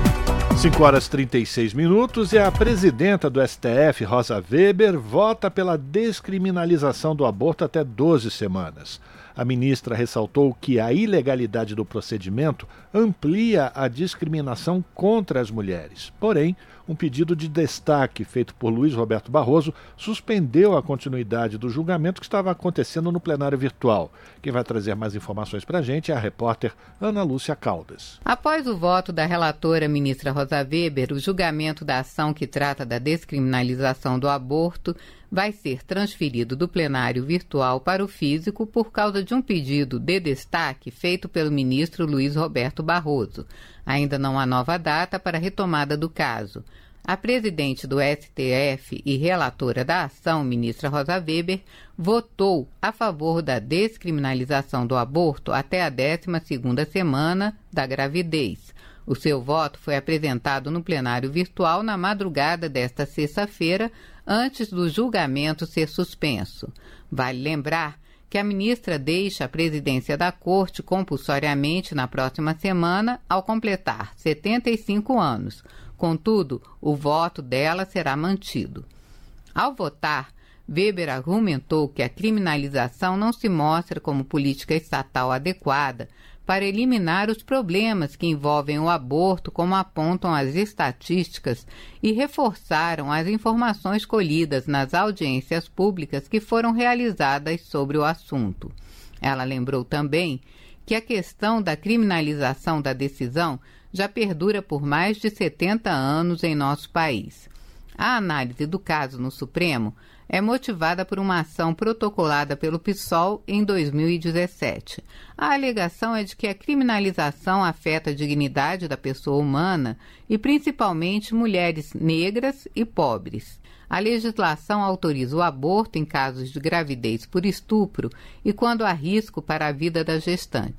cinco horas e trinta e seis minutos e a presidenta do S T F, Rosa Weber, vota pela descriminalização do aborto até doze semanas. A ministra ressaltou que a ilegalidade do procedimento amplia a discriminação contra as mulheres. Porém, um pedido de destaque feito por Luiz Roberto Barroso suspendeu a continuidade do julgamento que estava acontecendo no plenário virtual. Quem vai trazer mais informações para a gente é a repórter Ana Lúcia Caldas. Após o voto da relatora ministra Rosa Weber, o julgamento da ação que trata da descriminalização do aborto vai ser transferido do plenário virtual para o físico por causa de um pedido de destaque feito pelo ministro Luiz Roberto Barroso. Ainda não há nova data para a retomada do caso. A presidente do S T F e relatora da ação, ministra Rosa Weber, votou a favor da descriminalização do aborto até a décima segunda semana da gravidez. O seu voto foi apresentado no plenário virtual na madrugada desta sexta-feira, antes do julgamento ser suspenso. Vale lembrar que a ministra deixa a presidência da Corte compulsoriamente na próxima semana, ao completar setenta e cinco anos. Contudo, o voto dela será mantido. Ao votar, Weber argumentou que a criminalização não se mostra como política estatal adequada para eliminar os problemas que envolvem o aborto, como apontam as estatísticas, e reforçaram as informações colhidas nas audiências públicas que foram realizadas sobre o assunto. Ela lembrou também que a questão da criminalização da decisão já perdura por mais de setenta anos em nosso país. A análise do caso no Supremo é motivada por uma ação protocolada pelo PSOL em dois mil e dezessete. A alegação é de que a criminalização afeta a dignidade da pessoa humana e principalmente mulheres negras e pobres. A legislação autoriza o aborto em casos de gravidez por estupro e quando há risco para a vida da gestante.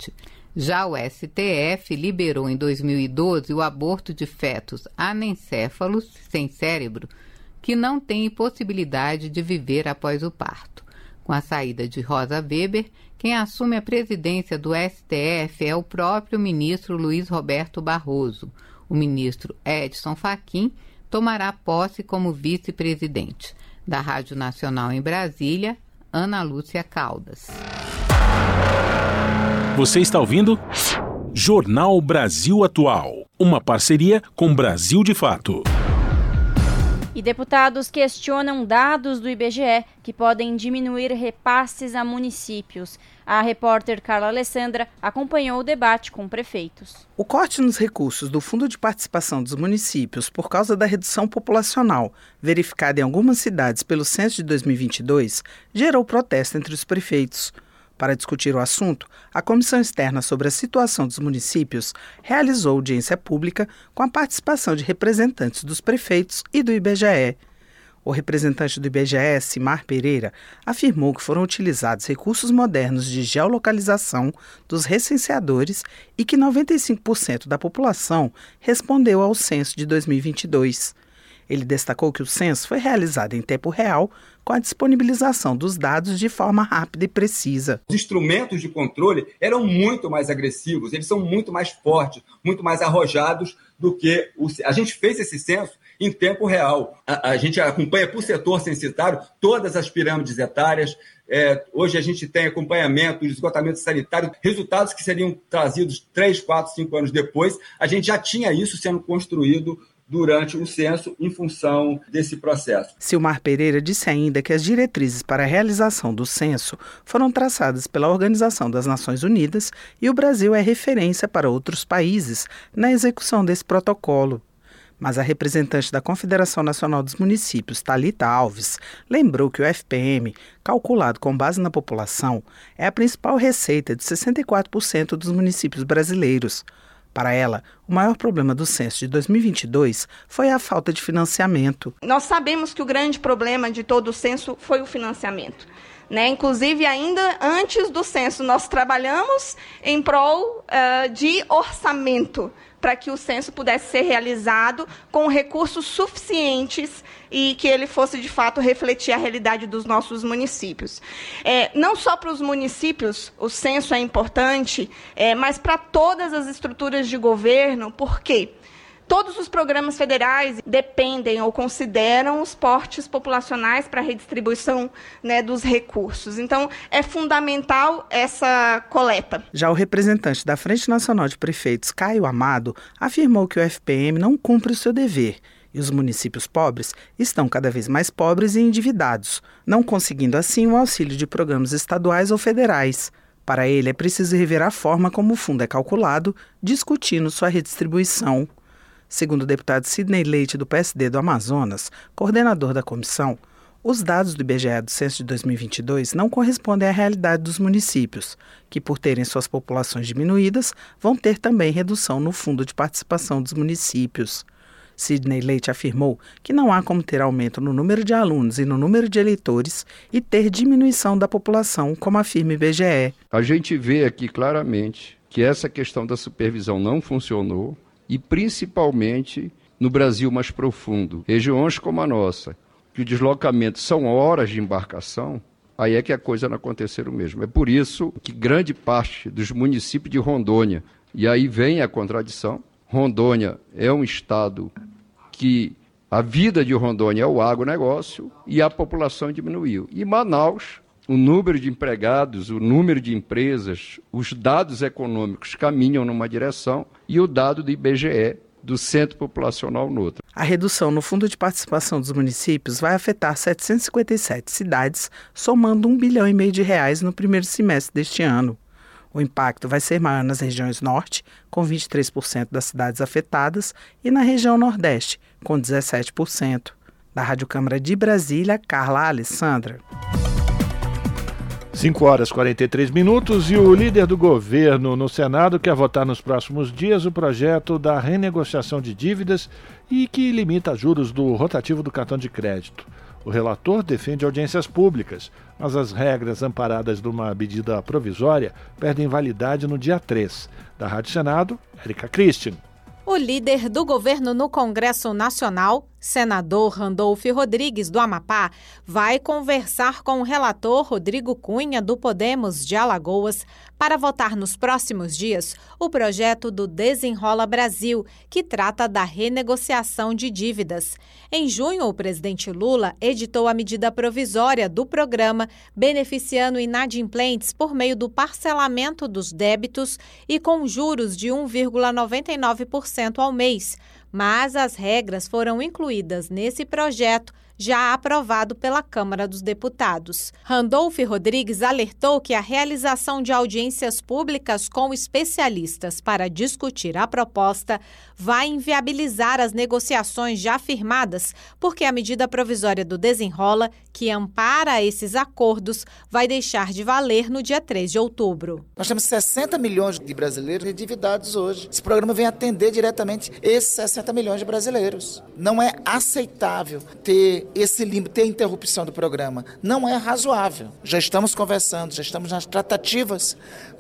Já o S T F liberou em dois mil e doze o aborto de fetos anencéfalos, sem cérebro, que não têm possibilidade de viver após o parto. Com a saída de Rosa Weber, quem assume a presidência do S T F é o próprio ministro Luiz Roberto Barroso. O ministro Edson Fachin tomará posse como vice-presidente. Da Rádio Nacional em Brasília, Ana Lúcia Caldas. Você está ouvindo Jornal Brasil Atual, uma parceria com Brasil de Fato. E deputados questionam dados do I B G E que podem diminuir repasses a municípios. A repórter Carla Alessandra acompanhou o debate com prefeitos. O corte nos recursos do Fundo de Participação dos Municípios por causa da redução populacional verificada em algumas cidades pelo censo de dois mil e vinte e dois gerou protesto entre os prefeitos. Para discutir o assunto, a Comissão Externa sobre a Situação dos Municípios realizou audiência pública com a participação de representantes dos prefeitos e do I B G E. O representante do I B G E, Simar Pereira, afirmou que foram utilizados recursos modernos de geolocalização dos recenseadores e que noventa e cinco por cento da população respondeu ao censo de dois mil e vinte e dois. Ele destacou que o censo foi realizado em tempo real, com a disponibilização dos dados de forma rápida e precisa. Os instrumentos de controle eram muito mais agressivos, eles são muito mais fortes, muito mais arrojados do que... O... A gente fez esse censo em tempo real. A, a gente acompanha por setor censitário todas as pirâmides etárias. É, hoje a gente tem acompanhamento, esgotamento sanitário, resultados que seriam trazidos três, quatro, cinco anos depois. A gente já tinha isso sendo construído durante o censo em função desse processo. Silmar Pereira disse ainda que as diretrizes para a realização do censo foram traçadas pela Organização das Nações Unidas e o Brasil é referência para outros países na execução desse protocolo. Mas a representante da Confederação Nacional dos Municípios, Thalita Alves, lembrou que o F P M, calculado com base na população, é a principal receita de sessenta e quatro por cento dos municípios brasileiros. Para ela, o maior problema do censo de dois mil e vinte e dois foi a falta de financiamento. Nós sabemos que o grande problema de todo o censo foi o financiamento. Né? Inclusive, ainda antes do censo, nós trabalhamos em prol uh, de orçamento para que o censo pudesse ser realizado com recursos suficientes e que ele fosse, de fato, refletir a realidade dos nossos municípios. É, não só para os municípios o censo é importante, é, mas para todas as estruturas de governo, porque todos os programas federais dependem ou consideram os portes populacionais para a redistribuição, né, dos recursos. Então, é fundamental essa coleta. Já o representante da Frente Nacional de Prefeitos, Caio Amado, afirmou que o F P M não cumpre o seu dever e os municípios pobres estão cada vez mais pobres e endividados, não conseguindo assim o auxílio de programas estaduais ou federais. Para ele, é preciso rever a forma como o fundo é calculado, discutindo sua redistribuição. Segundo o deputado Sidney Leite, do P S D do Amazonas, coordenador da comissão, os dados do I B G E do censo de dois mil e vinte e dois não correspondem à realidade dos municípios, que, por terem suas populações diminuídas, vão ter também redução no fundo de participação dos municípios. Sidney Leite afirmou que não há como ter aumento no número de alunos e no número de eleitores e ter diminuição da população, como afirma o I B G E. A gente vê aqui claramente que essa questão da supervisão não funcionou, e principalmente no Brasil mais profundo, regiões como a nossa, que o deslocamento são horas de embarcação, aí é que a coisa não aconteceu mesmo. É por isso que grande parte dos municípios de Rondônia, e aí vem a contradição, Rondônia é um estado que a vida de Rondônia é o agronegócio e a população diminuiu. E Manaus, o número de empregados, o número de empresas, os dados econômicos caminham numa direção e o dado do I B G E, do centro populacional, noutra. A redução no Fundo de Participação dos Municípios vai afetar setecentas e cinquenta e sete cidades, somando um bilhão e meio de reais no primeiro semestre deste ano. O impacto vai ser maior nas regiões norte, com vinte e três por cento das cidades afetadas, e na região nordeste, com dezessete por cento. Da Rádio Câmara de Brasília, Carla Alessandra. cinco horas e quarenta e três minutos e o líder do governo no Senado quer votar nos próximos dias o projeto da renegociação de dívidas e que limita juros do rotativo do cartão de crédito. O relator defende audiências públicas, mas as regras amparadas numa medida provisória perdem validade no dia três. Da Rádio Senado, Érica Christian. O líder do governo no Congresso Nacional, senador Randolfo Rodrigues, do Amapá, vai conversar com o relator Rodrigo Cunha, do Podemos de Alagoas, para votar nos próximos dias o projeto do Desenrola Brasil, que trata da renegociação de dívidas. Em junho, o presidente Lula editou a medida provisória do programa, beneficiando inadimplentes por meio do parcelamento dos débitos e com juros de um vírgula noventa e nove por cento ao mês. Mas as regras foram incluídas nesse projeto já aprovado pela Câmara dos Deputados. Randolfo Rodrigues alertou que a realização de audiências públicas com especialistas para discutir a proposta vai inviabilizar as negociações já firmadas, porque a medida provisória do Desenrola, que ampara esses acordos, vai deixar de valer no dia três de outubro. Nós temos sessenta milhões de brasileiros endividados hoje. Esse programa vem atender diretamente esses sessenta milhões de brasileiros. Não é aceitável ter esse limite, ter interrupção do programa. Não é razoável. Já estamos conversando, já estamos nas tratativas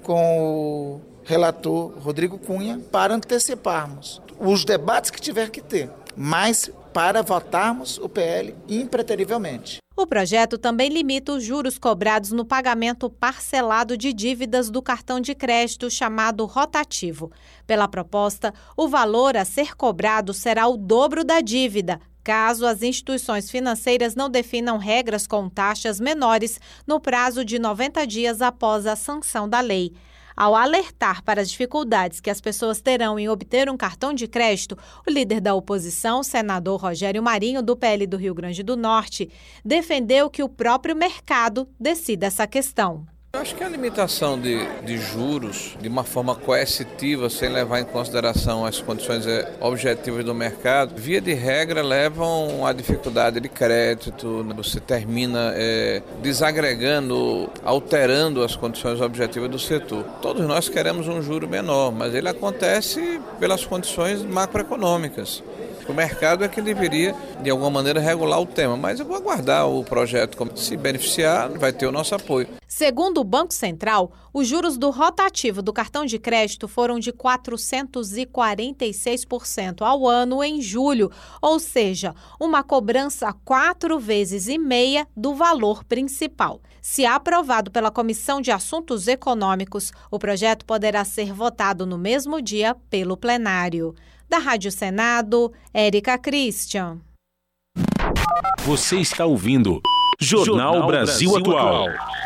com o relator Rodrigo Cunha para anteciparmos os debates que tiver que ter, mas para votarmos o P L impreterivelmente. O projeto também limita os juros cobrados no pagamento parcelado de dívidas do cartão de crédito chamado rotativo. Pela proposta, o valor a ser cobrado será o dobro da dívida, caso as instituições financeiras não definam regras com taxas menores no prazo de noventa dias após a sanção da lei. Ao alertar para as dificuldades que as pessoas terão em obter um cartão de crédito, o líder da oposição, senador Rogério Marinho, do P L do Rio Grande do Norte, defendeu que o próprio mercado decida essa questão. Eu acho que a limitação de, de juros de uma forma coercitiva, sem levar em consideração as condições objetivas do mercado, via de regra levam à dificuldade de crédito, você termina é, desagregando, alterando as condições objetivas do setor. Todos nós queremos um juro menor, mas ele acontece pelas condições macroeconômicas. O mercado é que deveria, de alguma maneira, regular o tema, mas eu vou aguardar o projeto. Se beneficiar, vai ter o nosso apoio. Segundo o Banco Central, os juros do rotativo do cartão de crédito foram de quatrocentos e quarenta e seis por cento ao ano em julho, ou seja, uma cobrança quatro vezes e meia do valor principal. Se aprovado pela Comissão de Assuntos Econômicos, o projeto poderá ser votado no mesmo dia pelo plenário. Da Rádio Senado, Érica Christian. Você está ouvindo Jornal, Jornal Brasil, Brasil Atual.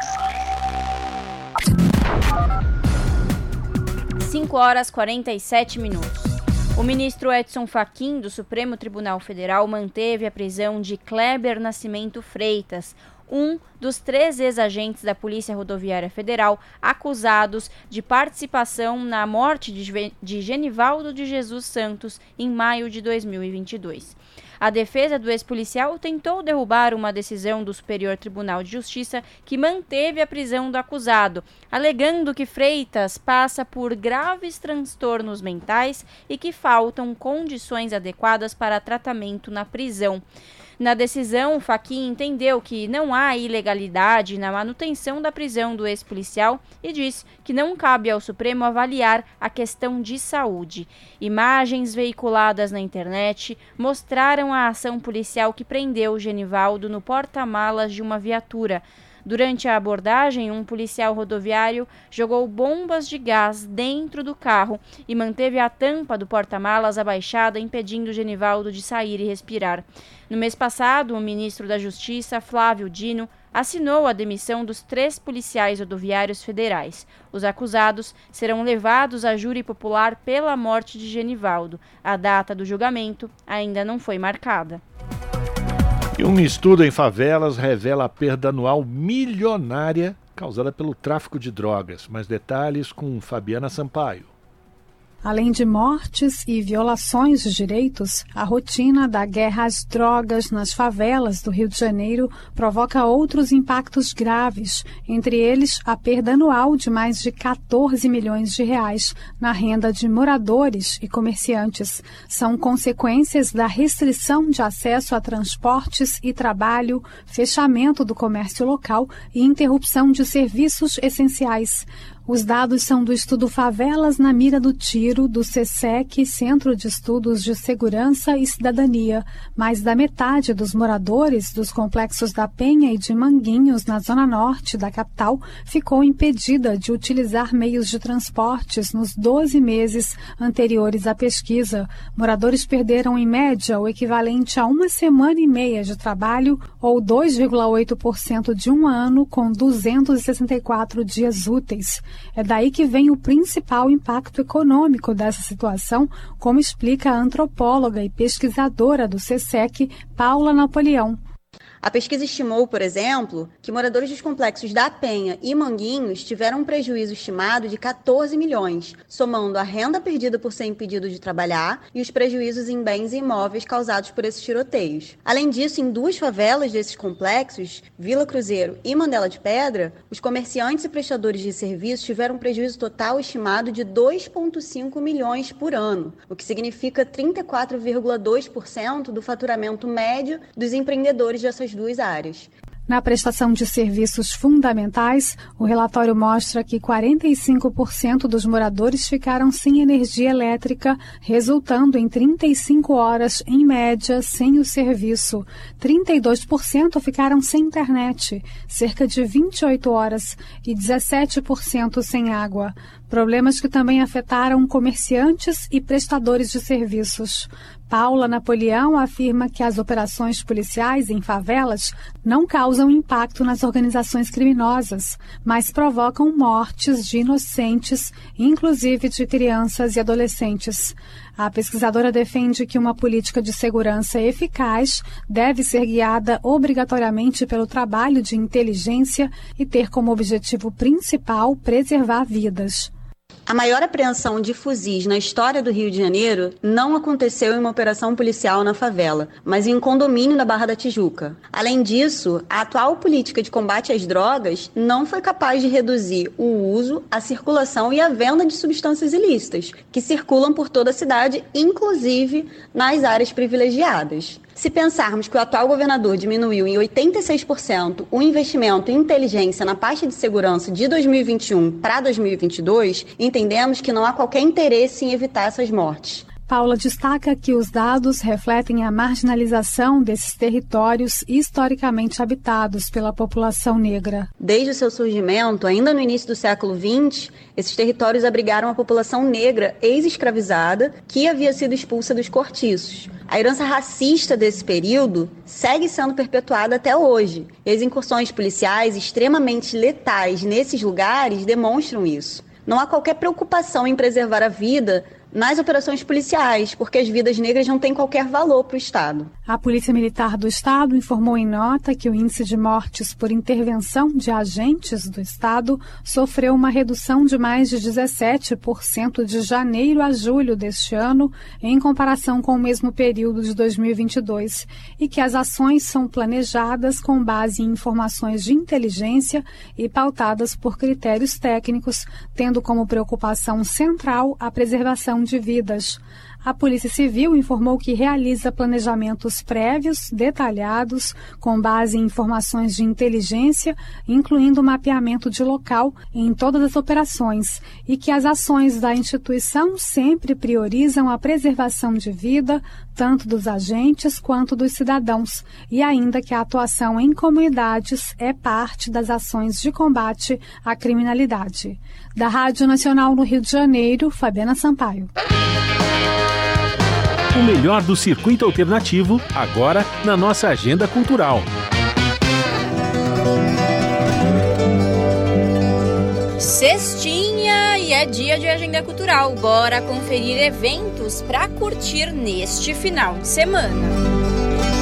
cinco horas e quarenta e sete minutos. O ministro Edson Fachin, do Supremo Tribunal Federal, manteve a prisão de Kleber Nascimento Freitas, um dos três ex-agentes da Polícia Rodoviária Federal acusados de participação na morte de Genivaldo de Jesus Santos em maio de dois mil e vinte e dois. A defesa do ex-policial tentou derrubar uma decisão do Superior Tribunal de Justiça que manteve a prisão do acusado, alegando que Freitas passa por graves transtornos mentais e que faltam condições adequadas para tratamento na prisão. Na decisão, Fachin entendeu que não há ilegalidade na manutenção da prisão do ex-policial e disse que não cabe ao Supremo avaliar a questão de saúde. Imagens veiculadas na internet mostraram a ação policial que prendeu Genivaldo no porta-malas de uma viatura. Durante a abordagem, um policial rodoviário jogou bombas de gás dentro do carro e manteve a tampa do porta-malas abaixada, impedindo Genivaldo de sair e respirar. No mês passado, o ministro da Justiça, Flávio Dino, assinou a demissão dos três policiais rodoviários federais. Os acusados serão levados a júri popular pela morte de Genivaldo. A data do julgamento ainda não foi marcada. E um estudo em favelas revela a perda anual milionária causada pelo tráfico de drogas. Mais detalhes com Fabiana Sampaio. Além de mortes e violações de direitos, a rotina da guerra às drogas nas favelas do Rio de Janeiro provoca outros impactos graves, entre eles a perda anual de mais de quatorze milhões de reais na renda de moradores e comerciantes. São consequências da restrição de acesso a transportes e trabalho, fechamento do comércio local e interrupção de serviços essenciais. Os dados são do estudo Favelas na Mira do Tiro, do SESEC, Centro de Estudos de Segurança e Cidadania. Mais da metade dos moradores dos complexos da Penha e de Manguinhos, na zona norte da capital, ficou impedida de utilizar meios de transportes nos doze meses anteriores à pesquisa. Moradores perderam, em média, o equivalente a uma semana e meia de trabalho, ou dois vírgula oito por cento de um ano, com duzentos e sessenta e quatro dias úteis. É daí que vem o principal impacto econômico dessa situação, como explica a antropóloga e pesquisadora do SESEC, Paula Napoleão. A pesquisa estimou, por exemplo, que moradores dos complexos da Penha e Manguinhos tiveram um prejuízo estimado de quatorze milhões, somando a renda perdida por ser impedido de trabalhar e os prejuízos em bens e imóveis causados por esses tiroteios. Além disso, em duas favelas desses complexos, Vila Cruzeiro e Mandela de Pedra, os comerciantes e prestadores de serviços tiveram um prejuízo total estimado de dois vírgula cinco milhões por ano, o que significa trinta e quatro vírgula dois por cento do faturamento médio dos empreendedores dessas duas áreas. Na prestação de serviços fundamentais, o relatório mostra que quarenta e cinco por cento dos moradores ficaram sem energia elétrica, resultando em trinta e cinco horas, em média, sem o serviço. trinta e dois por cento ficaram sem internet, cerca de vinte e oito horas, e dezessete por cento sem água. Problemas que também afetaram comerciantes e prestadores de serviços. Paula Napoleão afirma que as operações policiais em favelas não causam impacto nas organizações criminosas, mas provocam mortes de inocentes, inclusive de crianças e adolescentes. A pesquisadora defende que uma política de segurança eficaz deve ser guiada obrigatoriamente pelo trabalho de inteligência e ter como objetivo principal preservar vidas. A maior apreensão de fuzis na história do Rio de Janeiro não aconteceu em uma operação policial na favela, mas em um condomínio na Barra da Tijuca. Além disso, a atual política de combate às drogas não foi capaz de reduzir o uso, a circulação e a venda de substâncias ilícitas, que circulam por toda a cidade, inclusive nas áreas privilegiadas. Se pensarmos que o atual governador diminuiu em oitenta e seis por cento o investimento em inteligência na pasta de segurança de dois mil e vinte e um para dois mil e vinte e dois, entendemos que não há qualquer interesse em evitar essas mortes. Paula destaca que os dados refletem a marginalização desses territórios historicamente habitados pela população negra. Desde o seu surgimento, ainda no início do século vinte, esses territórios abrigaram a população negra ex-escravizada que havia sido expulsa dos cortiços. A herança racista desse período segue sendo perpetuada até hoje. E as incursões policiais extremamente letais nesses lugares demonstram isso. Não há qualquer preocupação em preservar a vida nas operações policiais, porque as vidas negras não têm qualquer valor para o Estado. A Polícia Militar do Estado informou em nota que o índice de mortes por intervenção de agentes do Estado sofreu uma redução de mais de dezessete por cento de janeiro a julho deste ano, em comparação com o mesmo período de dois mil e vinte e dois, e que as ações são planejadas com base em informações de inteligência e pautadas por critérios técnicos, tendo como preocupação central a preservação de vidas. A Polícia Civil informou que realiza planejamentos prévios, detalhados, com base em informações de inteligência, incluindo mapeamento de local em todas as operações, e que as ações da instituição sempre priorizam a preservação de vida, tanto dos agentes quanto dos cidadãos, e ainda que a atuação em comunidades é parte das ações de combate à criminalidade. Da Rádio Nacional no Rio de Janeiro, Fabiana Sampaio. O melhor do circuito alternativo, agora na nossa agenda cultural. Sextinha e é dia de agenda cultural. Bora conferir eventos para curtir neste final de semana.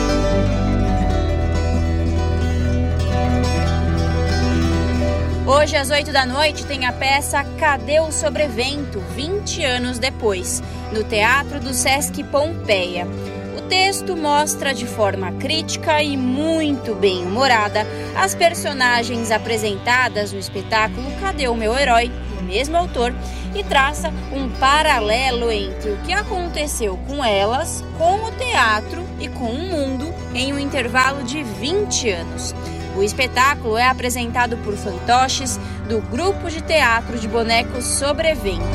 Hoje Hoje, às oito da noite, tem a peça Cadê o Sobrevento, vinte anos depois, no Teatro do Sesc Pompeia. O texto mostra de forma crítica e muito bem-humorada as personagens apresentadas no espetáculo Cadê o Meu Herói, do mesmo autor, e traça um paralelo entre o que aconteceu com elas, com o teatro e com o mundo em um intervalo de vinte anos. O espetáculo é apresentado por fantoches do grupo de teatro de bonecos Sobrevento.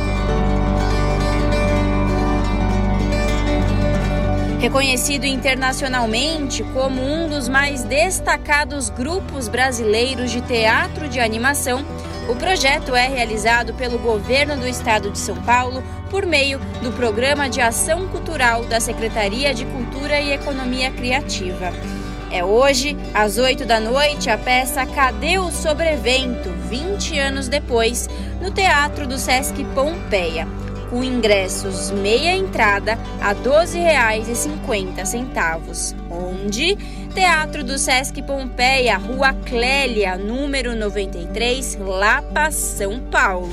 Reconhecido internacionalmente como um dos mais destacados grupos brasileiros de teatro de animação, o projeto é realizado pelo governo do estado de São Paulo por meio do Programa de Ação Cultural da Secretaria de Cultura e Economia Criativa. É hoje, às oito da noite, a peça Cadê o Sobrevento, vinte anos depois, no Teatro do Sesc Pompeia, com ingressos meia entrada a doze reais e cinquenta centavos. Onde? Teatro do Sesc Pompeia, Rua Clélia, número noventa e três, Lapa, São Paulo.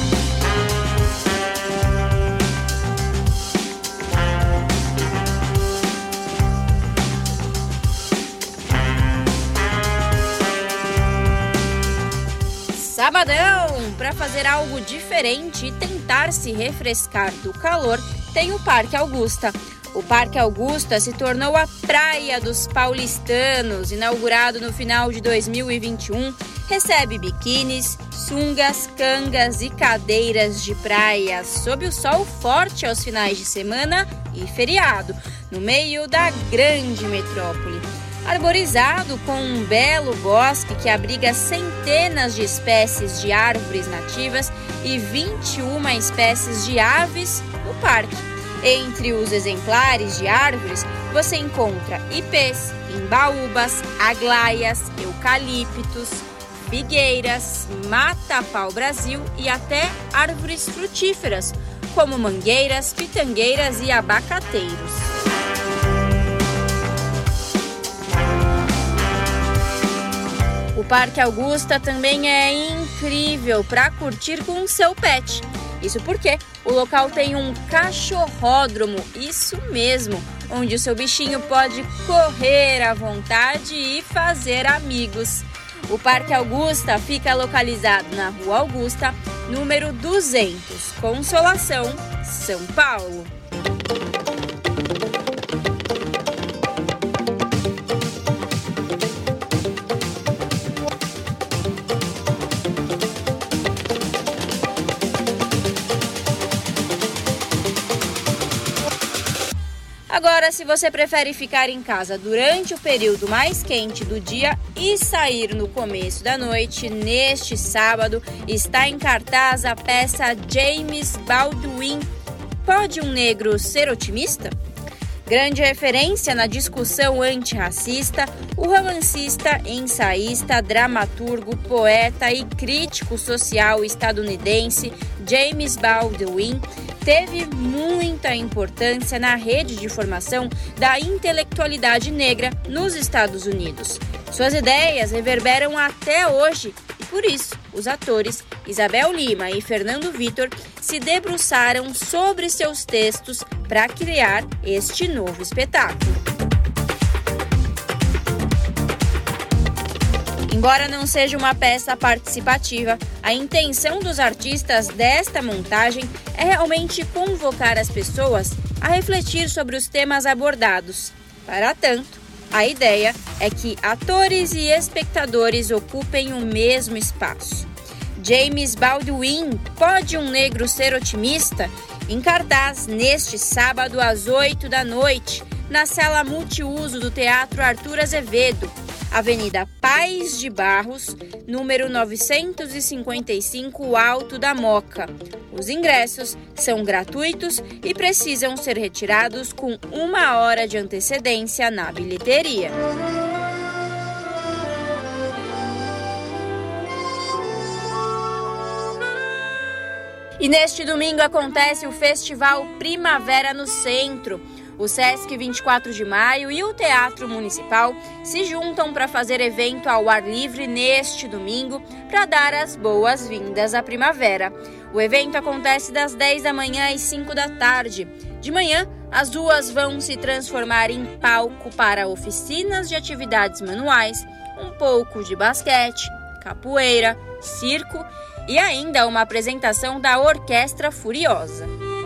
Sabadão, para fazer algo diferente e tentar se refrescar do calor, tem o Parque Augusta. O Parque Augusta se tornou a praia dos paulistanos, inaugurado no final de dois mil e vinte e um, recebe biquínis, sungas, cangas e cadeiras de praia sob o sol forte aos finais de semana e feriado, no meio da grande metrópole. Arborizado com um belo bosque que abriga centenas de espécies de árvores nativas e vinte e uma espécies de aves no parque. Entre os exemplares de árvores, você encontra ipês, imbaúbas, aglaias, eucaliptos, figueiras, mata-pau-brasil e até árvores frutíferas, como mangueiras, pitangueiras e abacateiros. O Parque Augusta também é incrível para curtir com o seu pet. Isso porque o local tem um cachorródromo, isso mesmo, onde o seu bichinho pode correr à vontade e fazer amigos. O Parque Augusta fica localizado na Rua Augusta, número duzentos, Consolação, São Paulo. Agora, se você prefere ficar em casa durante o período mais quente do dia e sair no começo da noite, neste sábado está em cartaz a peça James Baldwin, Pode um Negro Ser Otimista? Grande referência na discussão antirracista, o romancista, ensaísta, dramaturgo, poeta e crítico social estadunidense James Baldwin teve muita importância na rede de formação da intelectualidade negra nos Estados Unidos. Suas ideias reverberam até hoje e, por isso, os atores Isabel Lima e Fernando Vitor se debruçaram sobre seus textos para criar este novo espetáculo. Embora não seja uma peça participativa, a intenção dos artistas desta montagem é realmente convocar as pessoas a refletir sobre os temas abordados. Para tanto, a ideia é que atores e espectadores ocupem o mesmo espaço. James Baldwin, Pode um Negro Ser Otimista? Em cartaz neste sábado às oito da noite, na sala multiuso do Teatro Arthur Azevedo, Avenida Paz de Barros, número novecentos e cinquenta e cinco, Alto da Moca. Os ingressos são gratuitos e precisam ser retirados com uma hora de antecedência na bilheteria. E neste domingo acontece o Festival Primavera no Centro. O Sesc vinte e quatro de maio e o Teatro Municipal se juntam para fazer evento ao ar livre neste domingo para dar as boas-vindas à primavera. O evento acontece das dez da manhã às cinco da tarde. De manhã, as ruas vão se transformar em palco para oficinas de atividades manuais, um pouco de basquete, capoeira, circo e ainda uma apresentação da Orquestra Furiosa.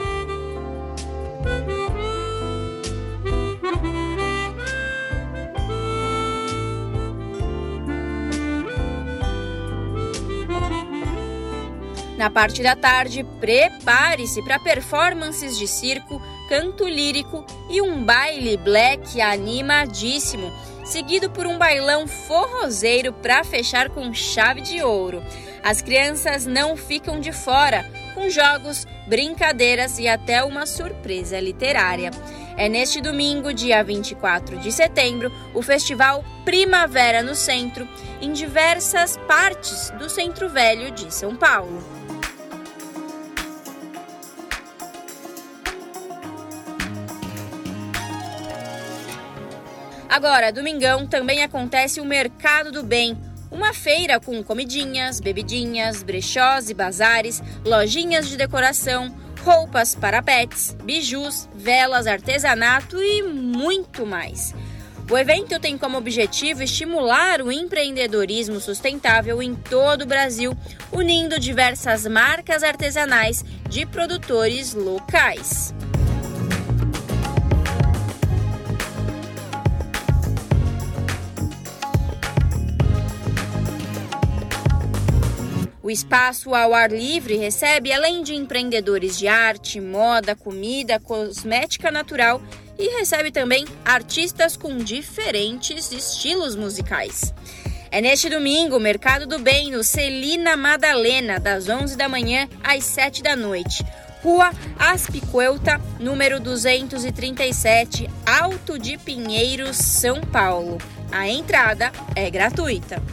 Na parte da tarde, prepare-se para performances de circo, canto lírico e um baile black animadíssimo, seguido por um bailão forrozeiro para fechar com chave de ouro. As crianças não ficam de fora, com jogos, brincadeiras e até uma surpresa literária. É neste domingo, dia vinte e quatro de setembro, o Festival Primavera no Centro, em diversas partes do Centro Velho de São Paulo. Agora, domingão, também acontece o Mercado do Bem, uma feira com comidinhas, bebidinhas, brechós e bazares, lojinhas de decoração, roupas para pets, bijus, velas, artesanato e muito mais. O evento tem como objetivo estimular o empreendedorismo sustentável em todo o Brasil, unindo diversas marcas artesanais de produtores locais. O espaço ao ar livre recebe, além de empreendedores de arte, moda, comida, cosmética natural, e recebe também artistas com diferentes estilos musicais. É neste domingo, o Mercado do Bem, no Celina Madalena, das onze da manhã às sete da noite. Rua Aspicuelta, número duzentos e trinta e sete, Alto de Pinheiros, São Paulo. A entrada é gratuita.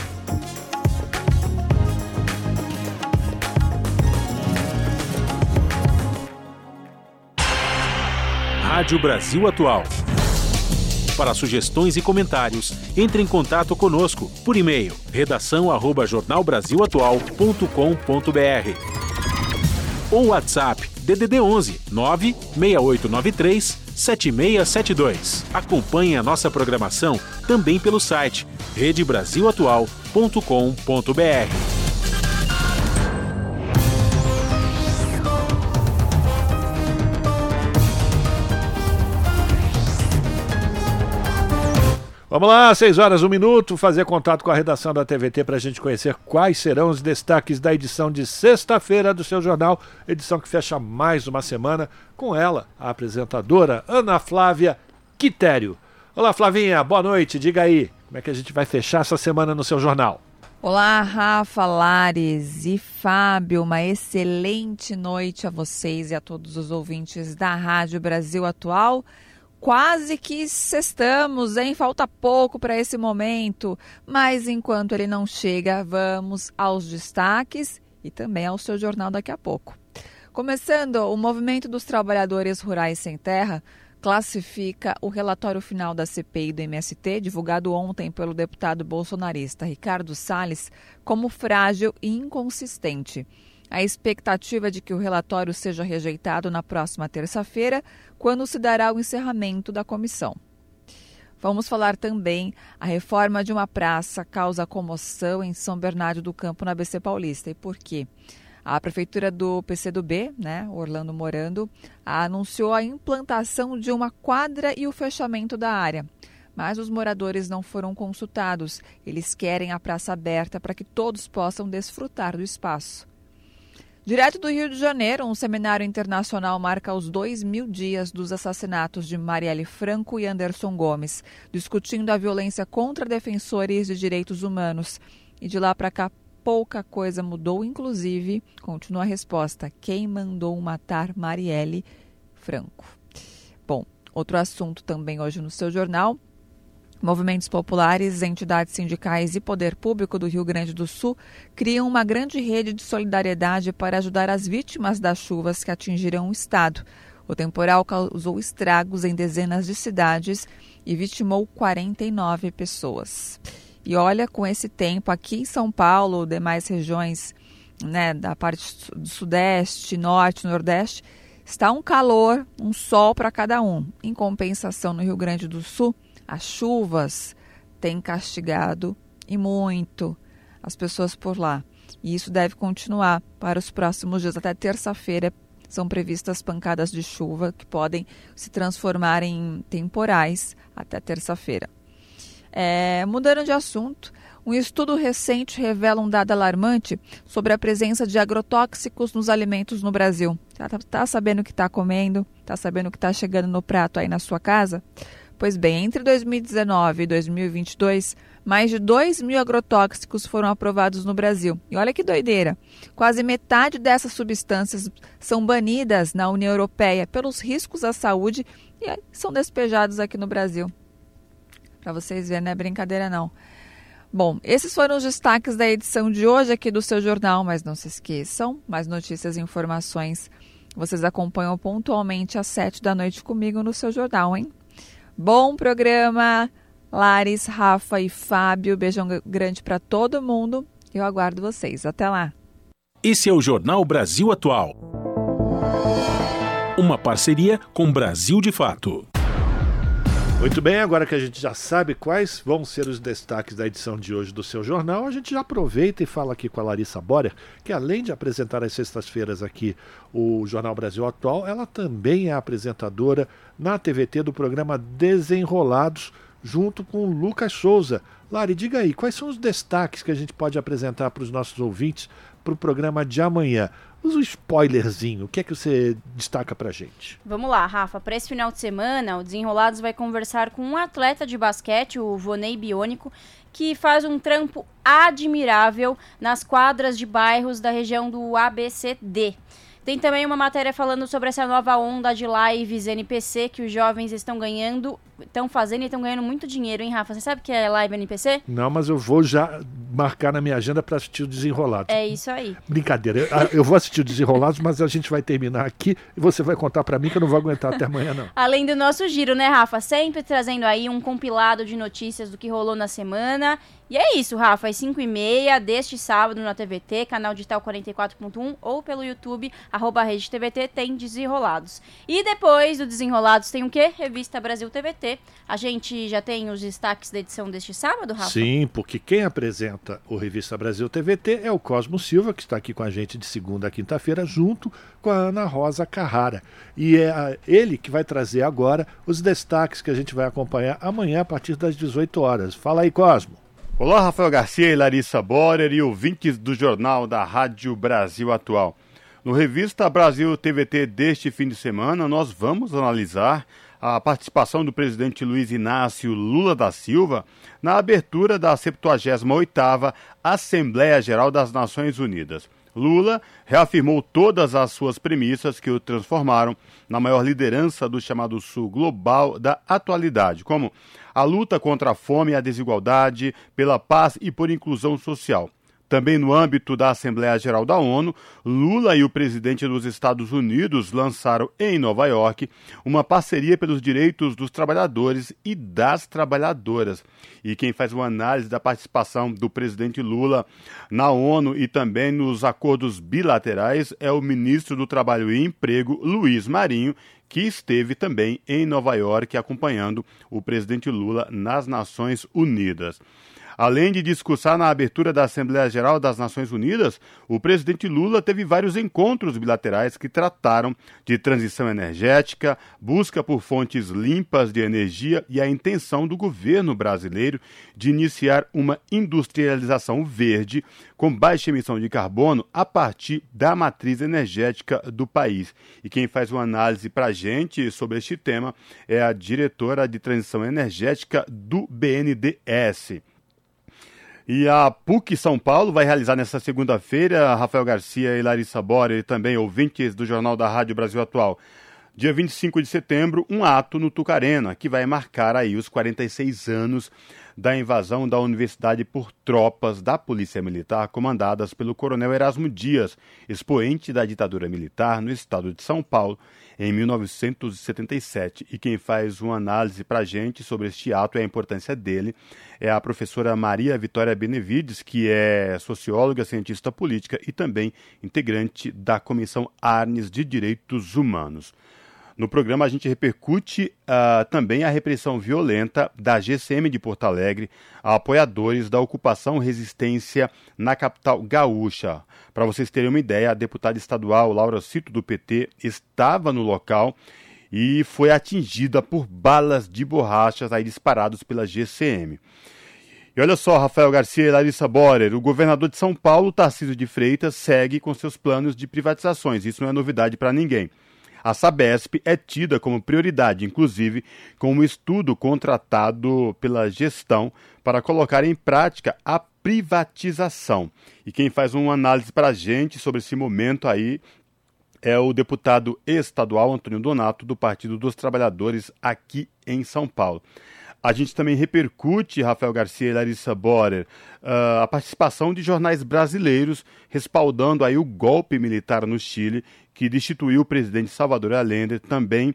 Rádio Brasil Atual. Para sugestões e comentários, entre em contato conosco por e-mail redação arroba jornal brasil atual ponto com ponto br ou WhatsApp D D D onze nove seis oito nove três sete seis sete dois. Acompanhe a nossa programação também pelo site rede brasil atual ponto com ponto br. Vamos lá, seis horas, um minuto, fazer contato com a redação da T V T para a gente conhecer quais serão os destaques da edição de sexta-feira do seu jornal, edição que fecha mais uma semana com ela, a apresentadora Ana Flávia Quitério. Olá, Flavinha, boa noite, diga aí, como é que a gente vai fechar essa semana no seu jornal? Olá, Rafa, Lares e Fábio, uma excelente noite a vocês e a todos os ouvintes da Rádio Brasil Atual. Quase que sextamos, hein? Falta pouco para esse momento, mas enquanto ele não chega, vamos aos destaques e também ao seu jornal daqui a pouco. Começando, o Movimento dos Trabalhadores Rurais Sem Terra classifica o relatório final da C P I do M S T, divulgado ontem pelo deputado bolsonarista Ricardo Salles, como frágil e inconsistente. A expectativa é de que o relatório seja rejeitado na próxima terça-feira, quando se dará o encerramento da comissão. Vamos falar também a reforma de uma praça causa comoção em São Bernardo do Campo, na A B C Paulista. E por quê? A prefeitura do P C do B, né, Orlando Morando, anunciou a implantação de uma quadra e o fechamento da área. Mas os moradores não foram consultados. Eles querem a praça aberta para que todos possam desfrutar do espaço. Direto do Rio de Janeiro, um seminário internacional marca os dois mil dias dos assassinatos de Marielle Franco e Anderson Gomes, discutindo a violência contra defensores de direitos humanos. E de lá para cá, pouca coisa mudou, inclusive, continua a resposta, quem mandou matar Marielle Franco? Bom, outro assunto também hoje no seu jornal. Movimentos populares, entidades sindicais e poder público do Rio Grande do Sul criam uma grande rede de solidariedade para ajudar as vítimas das chuvas que atingiram o estado. O temporal causou estragos em dezenas de cidades e vitimou quarenta e nove pessoas. E olha, com esse tempo aqui em São Paulo, demais regiões, né, da parte do Sudeste, Norte, Nordeste, está um calor, um sol para cada um. Em compensação, no Rio Grande do Sul, as chuvas têm castigado e muito as pessoas por lá. E isso deve continuar para os próximos dias. Até terça-feira são previstas pancadas de chuva que podem se transformar em temporais até terça-feira. É, mudando de assunto, um estudo recente revela um dado alarmante sobre a presença de agrotóxicos nos alimentos no Brasil. Está tá sabendo o que está comendo? Está sabendo o que está chegando no prato aí na sua casa? Pois bem, entre dois mil e dezenove e dois mil e vinte e dois, mais de dois mil agrotóxicos foram aprovados no Brasil. E olha que doideira, quase metade dessas substâncias são banidas na União Europeia pelos riscos à saúde e são despejados aqui no Brasil. Para vocês verem, não é brincadeira não. Bom, esses foram os destaques da edição de hoje aqui do seu jornal, mas não se esqueçam, mais notícias e informações vocês acompanham pontualmente às sete da noite comigo no seu jornal, hein? Bom programa, Laris, Rafa e Fábio. Beijão grande para todo mundo. Eu aguardo vocês. Até lá. Esse é o Jornal Brasil Atual. Uma parceria com Brasil de Fato. Muito bem, agora que a gente já sabe quais vão ser os destaques da edição de hoje do seu jornal, a gente já aproveita e fala aqui com a Larissa Borer, que além de apresentar às sextas-feiras aqui o Jornal Brasil Atual, ela também é apresentadora na T V T do programa Desenrolados, junto com o Lucas Souza. Lari, diga aí, quais são os destaques que a gente pode apresentar para os nossos ouvintes para o programa de amanhã? Usa um spoilerzinho, o que é que você destaca pra gente? Vamos lá, Rafa. Para esse final de semana, o Desenrolados vai conversar com um atleta de basquete, o Vonei Biônico, que faz um trampo admirável nas quadras de bairros da região do A B C D. Tem também uma matéria falando sobre essa nova onda de lives N P C que os jovens estão ganhando, estão fazendo e estão ganhando muito dinheiro, hein, Rafa? Você sabe o que é live N P C? Não, mas eu vou já marcar na minha agenda para assistir o Desenrolados. É isso aí. Brincadeira, eu, eu vou assistir o Desenrolados, mas a gente vai terminar aqui e você vai contar para mim que eu não vou aguentar até amanhã, não. Além do nosso giro, né, Rafa? Sempre trazendo aí um compilado de notícias do que rolou na semana. E é isso, Rafa, às cinco e meia deste sábado na T V T, canal digital quarenta e quatro ponto um, ou pelo YouTube, arroba Rede T V T, tem Desenrolados. E depois do Desenrolados tem o quê? Revista Brasil T V T. A gente já tem os destaques da edição deste sábado, Rafa? Sim, porque quem apresenta o Revista Brasil T V T é o Cosmo Silva, que está aqui com a gente de segunda a quinta-feira, junto com a Ana Rosa Carrara. E é ele que vai trazer agora os destaques que a gente vai acompanhar amanhã a partir das dezoito horas. Fala aí, Cosmo. Olá, Rafael Garcia e Larissa Borer e ouvintes do Jornal da Rádio Brasil Atual. No Revista Brasil T V T deste fim de semana, nós vamos analisar a participação do presidente Luiz Inácio Lula da Silva na abertura da septuagésima oitava Assembleia Geral das Nações Unidas. Lula reafirmou todas as suas premissas que o transformaram na maior liderança do chamado Sul global da atualidade, como a luta contra a fome e a desigualdade, pela paz e por inclusão social. Também no âmbito da Assembleia Geral da ONU, Lula e o presidente dos Estados Unidos lançaram em Nova York uma parceria pelos direitos dos trabalhadores e das trabalhadoras. E quem faz uma análise da participação do presidente Lula na ONU e também nos acordos bilaterais é o ministro do Trabalho e Emprego, Luiz Marinho, que esteve também em Nova York acompanhando o presidente Lula nas Nações Unidas. Além de discursar na abertura da Assembleia Geral das Nações Unidas, o presidente Lula teve vários encontros bilaterais que trataram de transição energética, busca por fontes limpas de energia e a intenção do governo brasileiro de iniciar uma industrialização verde com baixa emissão de carbono a partir da matriz energética do país. E quem faz uma análise para a gente sobre este tema é a diretora de transição energética do B N D E S. E a PUC São Paulo vai realizar nesta segunda-feira, Rafael Garcia e Larissa Borer, e também ouvintes do Jornal da Rádio Brasil Atual, dia vinte e cinco de setembro, um ato no Tucarena, que vai marcar aí os quarenta e seis anos da invasão da universidade por tropas da Polícia Militar comandadas pelo coronel Erasmo Dias, expoente da ditadura militar no estado de São Paulo, em mil novecentos e setenta e sete. E quem faz uma análise para a gente sobre este ato e a importância dele é a professora Maria Vitória Benevides, que é socióloga, cientista política e também integrante da Comissão Arnes de Direitos Humanos. No programa a gente repercute uh, também a repressão violenta da G C M de Porto Alegre a apoiadores da ocupação resistência na capital gaúcha. Para vocês terem uma ideia, a deputada estadual Laura Cito do P T estava no local e foi atingida por balas de borrachas aí disparados pela G C M. E olha só, Rafael Garcia e Larissa Borer, o governador de São Paulo, Tarcísio de Freitas, segue com seus planos de privatizações. Isso não é novidade para ninguém. A Sabesp é tida como prioridade, inclusive com um estudo contratado pela gestão para colocar em prática a privatização. E quem faz uma análise para a gente sobre esse momento aí é o deputado estadual Antônio Donato, do Partido dos Trabalhadores aqui em São Paulo. A gente também repercute, Rafael Garcia e Larissa Borer, uh, a participação de jornais brasileiros respaldando aí o golpe militar no Chile, que destituiu o presidente Salvador Allende, também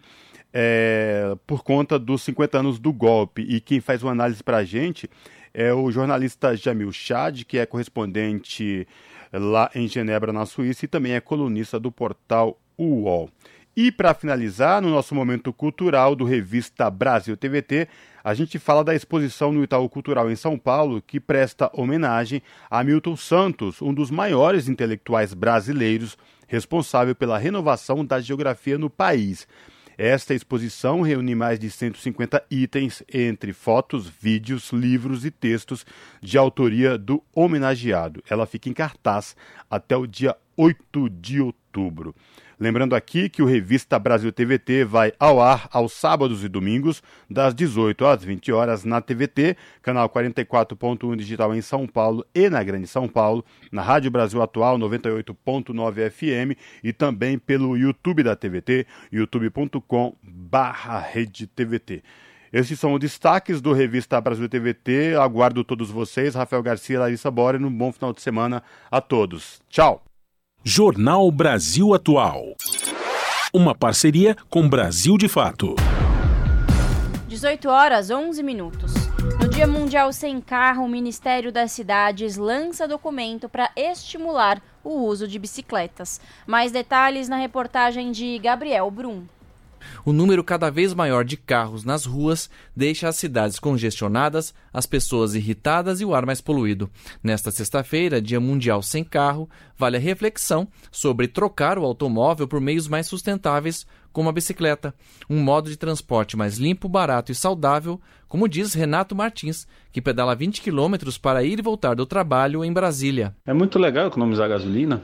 é, por conta dos cinquenta anos do golpe. E quem faz uma análise para a gente é o jornalista Jamil Chad, que é correspondente lá em Genebra, na Suíça, e também é colunista do portal U O L. E para finalizar, no nosso momento cultural do Revista Brasil T V T, a gente fala da exposição no Itaú Cultural em São Paulo, que presta homenagem a Milton Santos, um dos maiores intelectuais brasileiros, responsável pela renovação da geografia no país. Esta exposição reúne mais de cento e cinquenta itens, entre fotos, vídeos, livros e textos de autoria do homenageado. Ela fica em cartaz até o dia oito de outubro. Lembrando aqui que o Revista Brasil T V T vai ao ar aos sábados e domingos, das dezoito às vinte horas na T V T, canal quarenta e quatro ponto um digital em São Paulo e na Grande São Paulo, na Rádio Brasil Atual noventa e oito ponto nove F M e também pelo YouTube da T V T, youtube ponto com barra rede T V T. Esses são os destaques do Revista Brasil T V T. Aguardo todos vocês, Rafael Garcia e Larissa Borer, um bom final de semana a todos. Tchau! Jornal Brasil Atual. Uma parceria com Brasil de Fato. dezoito horas, onze minutos. No Dia Mundial Sem Carro, o Ministério das Cidades lança documento para estimular o uso de bicicletas. Mais detalhes na reportagem de Gabriel Brum. O número cada vez maior de carros nas ruas deixa as cidades congestionadas, as pessoas irritadas e o ar mais poluído. Nesta sexta-feira, Dia Mundial Sem Carro, vale a reflexão sobre trocar o automóvel por meios mais sustentáveis, como a bicicleta, um modo de transporte mais limpo, barato e saudável, como diz Renato Martins, que pedala vinte quilômetros para ir e voltar do trabalho em Brasília. É muito legal economizar gasolina,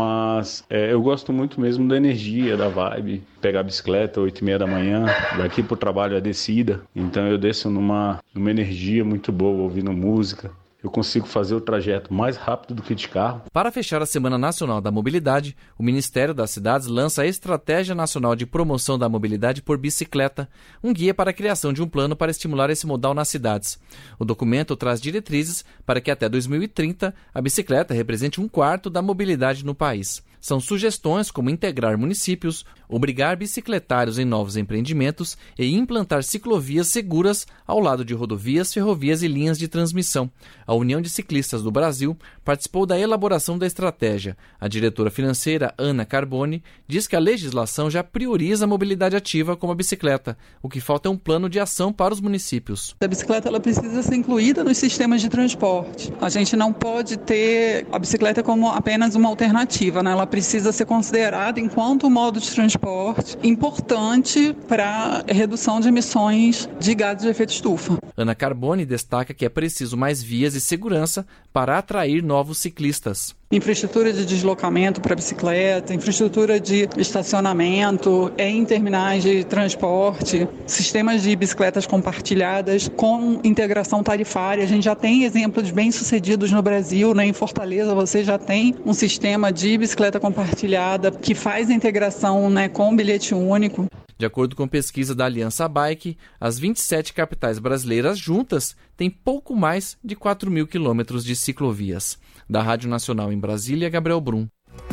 mas é, eu gosto muito mesmo da energia, da vibe. Pegar a bicicleta oito e meia da manhã, daqui pro trabalho é descida, então eu desço numa, numa energia muito boa, ouvindo música. Eu consigo fazer o trajeto mais rápido do que de carro. Para fechar a Semana Nacional da Mobilidade, o Ministério das Cidades lança a Estratégia Nacional de Promoção da Mobilidade por Bicicleta, um guia para a criação de um plano para estimular esse modal nas cidades. O documento traz diretrizes para que até dois mil e trinta a bicicleta represente um quarto da mobilidade no país. São sugestões como integrar municípios, obrigar bicicletários em novos empreendimentos e implantar ciclovias seguras ao lado de rodovias, ferrovias e linhas de transmissão. A União de Ciclistas do Brasil participou da elaboração da estratégia. A diretora financeira, Ana Carboni, diz que a legislação já prioriza a mobilidade ativa como a bicicleta. O que falta é um plano de ação para os municípios. A bicicleta ela precisa ser incluída nos sistemas de transporte. A gente não pode ter a bicicleta como apenas uma alternativa, né? Ela precisa ser considerada enquanto modo de transporte importante para a redução de emissões de gases de efeito estufa. Ana Carboni destaca que é preciso mais vias e segurança para atrair novos ciclistas. Infraestrutura de deslocamento para bicicleta, infraestrutura de estacionamento em terminais de transporte, sistemas de bicicletas compartilhadas com integração tarifária. A gente já tem exemplos bem-sucedidos no Brasil, né? Em Fortaleza você já tem um sistema de bicicleta compartilhada que faz a integração, né, com bilhete único. De acordo com pesquisa da Aliança Bike, as vinte e sete capitais brasileiras juntas têm pouco mais de quatro mil quilômetros de ciclovias. Da Rádio Nacional em Brasília, Gabriel Brum.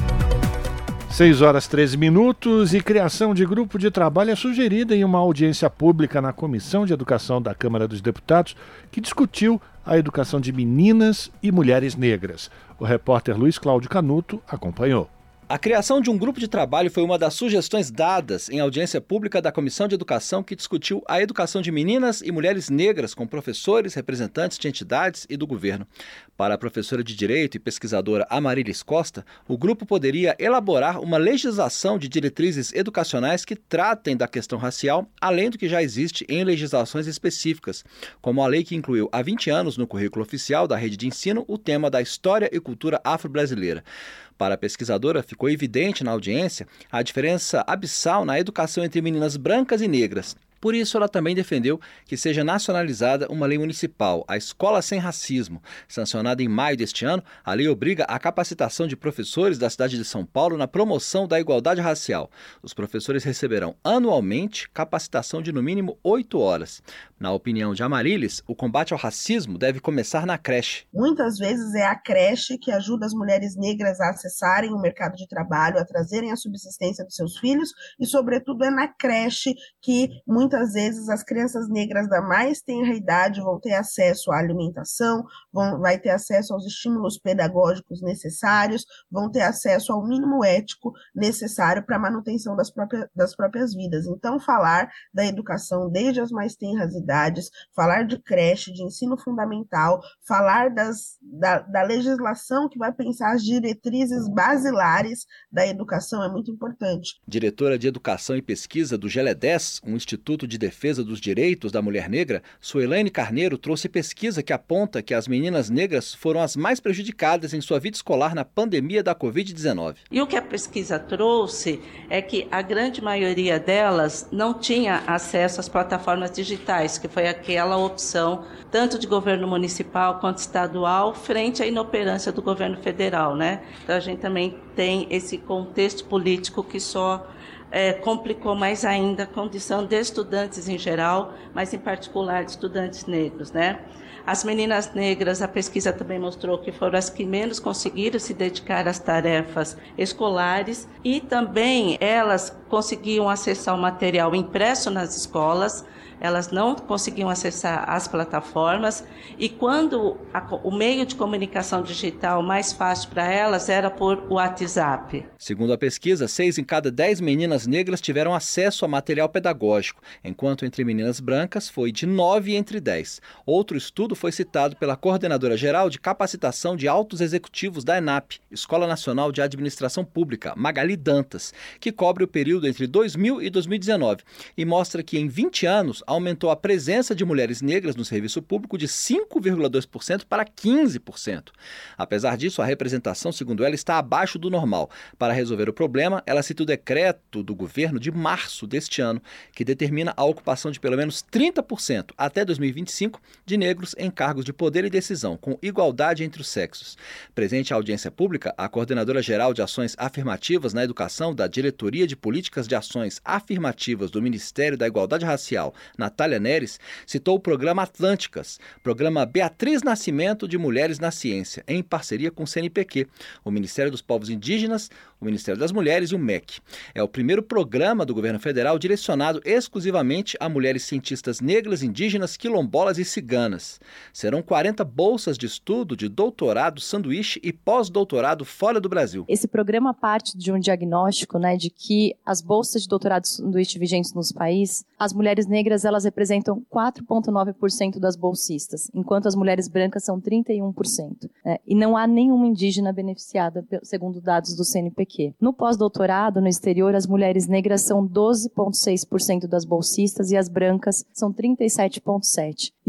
seis horas e treze minutos e criação de grupo de trabalho é sugerida em uma audiência pública na Comissão de Educação da Câmara dos Deputados, que discutiu a educação de meninas e mulheres negras. O repórter Luiz Cláudio Canuto acompanhou. A criação de um grupo de trabalho foi uma das sugestões dadas em audiência pública da Comissão de Educação, que discutiu a educação de meninas e mulheres negras com professores, representantes de entidades e do governo. Para a professora de Direito e pesquisadora Amarilis Costa, o grupo poderia elaborar uma legislação de diretrizes educacionais que tratem da questão racial, além do que já existe em legislações específicas, como a lei que incluiu há vinte anos no currículo oficial da rede de ensino o tema da história e cultura afro-brasileira. Para a pesquisadora, ficou evidente na audiência a diferença abissal na educação entre meninas brancas e negras. Por isso, ela também defendeu que seja nacionalizada uma lei municipal, a Escola Sem Racismo. Sancionada em maio deste ano, a lei obriga a capacitação de professores da cidade de São Paulo na promoção da igualdade racial. Os professores receberão anualmente capacitação de no mínimo oito horas. Na opinião de Amarilis, o combate ao racismo deve começar na creche. Muitas vezes é a creche que ajuda as mulheres negras a acessarem o mercado de trabalho, a trazerem a subsistência dos seus filhos e, sobretudo, é na creche que muitas Muitas vezes as crianças negras da mais tenra idade vão ter acesso à alimentação, vão vai ter acesso aos estímulos pedagógicos necessários, vão ter acesso ao mínimo ético necessário para a manutenção das próprias, das próprias vidas. Então, falar da educação desde as mais tenras idades, falar de creche, de ensino fundamental, falar das, da, da legislação que vai pensar as diretrizes basilares da educação é muito importante. Diretora de Educação e Pesquisa do Geledés, um instituto de Defesa dos Direitos da Mulher Negra, Suelaine Carneiro trouxe pesquisa que aponta que as meninas negras foram as mais prejudicadas em sua vida escolar na pandemia da covid dezenove. E o que a pesquisa trouxe é que a grande maioria delas não tinha acesso às plataformas digitais, que foi aquela opção tanto de governo municipal quanto estadual frente à inoperância do governo federal, né? Então a gente também tem esse contexto político que só É, complicou mais ainda a condição de estudantes em geral, mas em particular de estudantes negros, né? As meninas negras, a pesquisa também mostrou que foram as que menos conseguiram se dedicar às tarefas escolares e também elas conseguiam acessar o material impresso nas escolas, elas não conseguiam acessar as plataformas e quando a, o meio de comunicação digital mais fácil para elas era por WhatsApp. Segundo a pesquisa, seis em cada dez meninas negras tiveram acesso a material pedagógico, enquanto entre meninas brancas foi de nove entre dez. Outro estudo foi citado pela Coordenadora Geral de Capacitação de Altos Executivos da ENAP, Escola Nacional de Administração Pública, Magali Dantas, que cobre o período entre dois mil e dois mil e dezenove e mostra que em vinte anos aumentou a presença de mulheres negras no serviço público de cinco vírgula dois por cento para quinze por cento. Apesar disso, a representação, segundo ela, está abaixo do normal. Para resolver o problema, ela cita o decreto do governo de março deste ano, que determina a ocupação de pelo menos trinta por cento até dois mil e vinte e cinco de negros em cargos de poder e decisão, com igualdade entre os sexos. Presente à audiência pública, a Coordenadora Geral de Ações Afirmativas na Educação da Diretoria de Políticas de Ações Afirmativas do Ministério da Igualdade Racial, Natália Neres, citou o programa Atlânticas, programa Beatriz Nascimento de Mulheres na Ciência, em parceria com o C N P Q, o Ministério dos Povos Indígenas, o Ministério das Mulheres e o M E C. É o primeiro programa do governo federal direcionado exclusivamente a mulheres cientistas negras, indígenas, quilombolas e ciganas. Serão quarenta bolsas de estudo de doutorado, sanduíche e pós-doutorado fora do Brasil. Esse programa parte de um diagnóstico, né, de que as bolsas de doutorado sanduíche vigentes nos países, as mulheres negras elas representam quatro vírgula nove por cento das bolsistas, enquanto as mulheres brancas são trinta e um por cento. Né, e não há nenhuma indígena beneficiada, segundo dados do C N P Q. No pós-doutorado, no exterior, as mulheres negras são doze vírgula seis por cento das bolsistas e as brancas são trinta e sete vírgula sete por cento.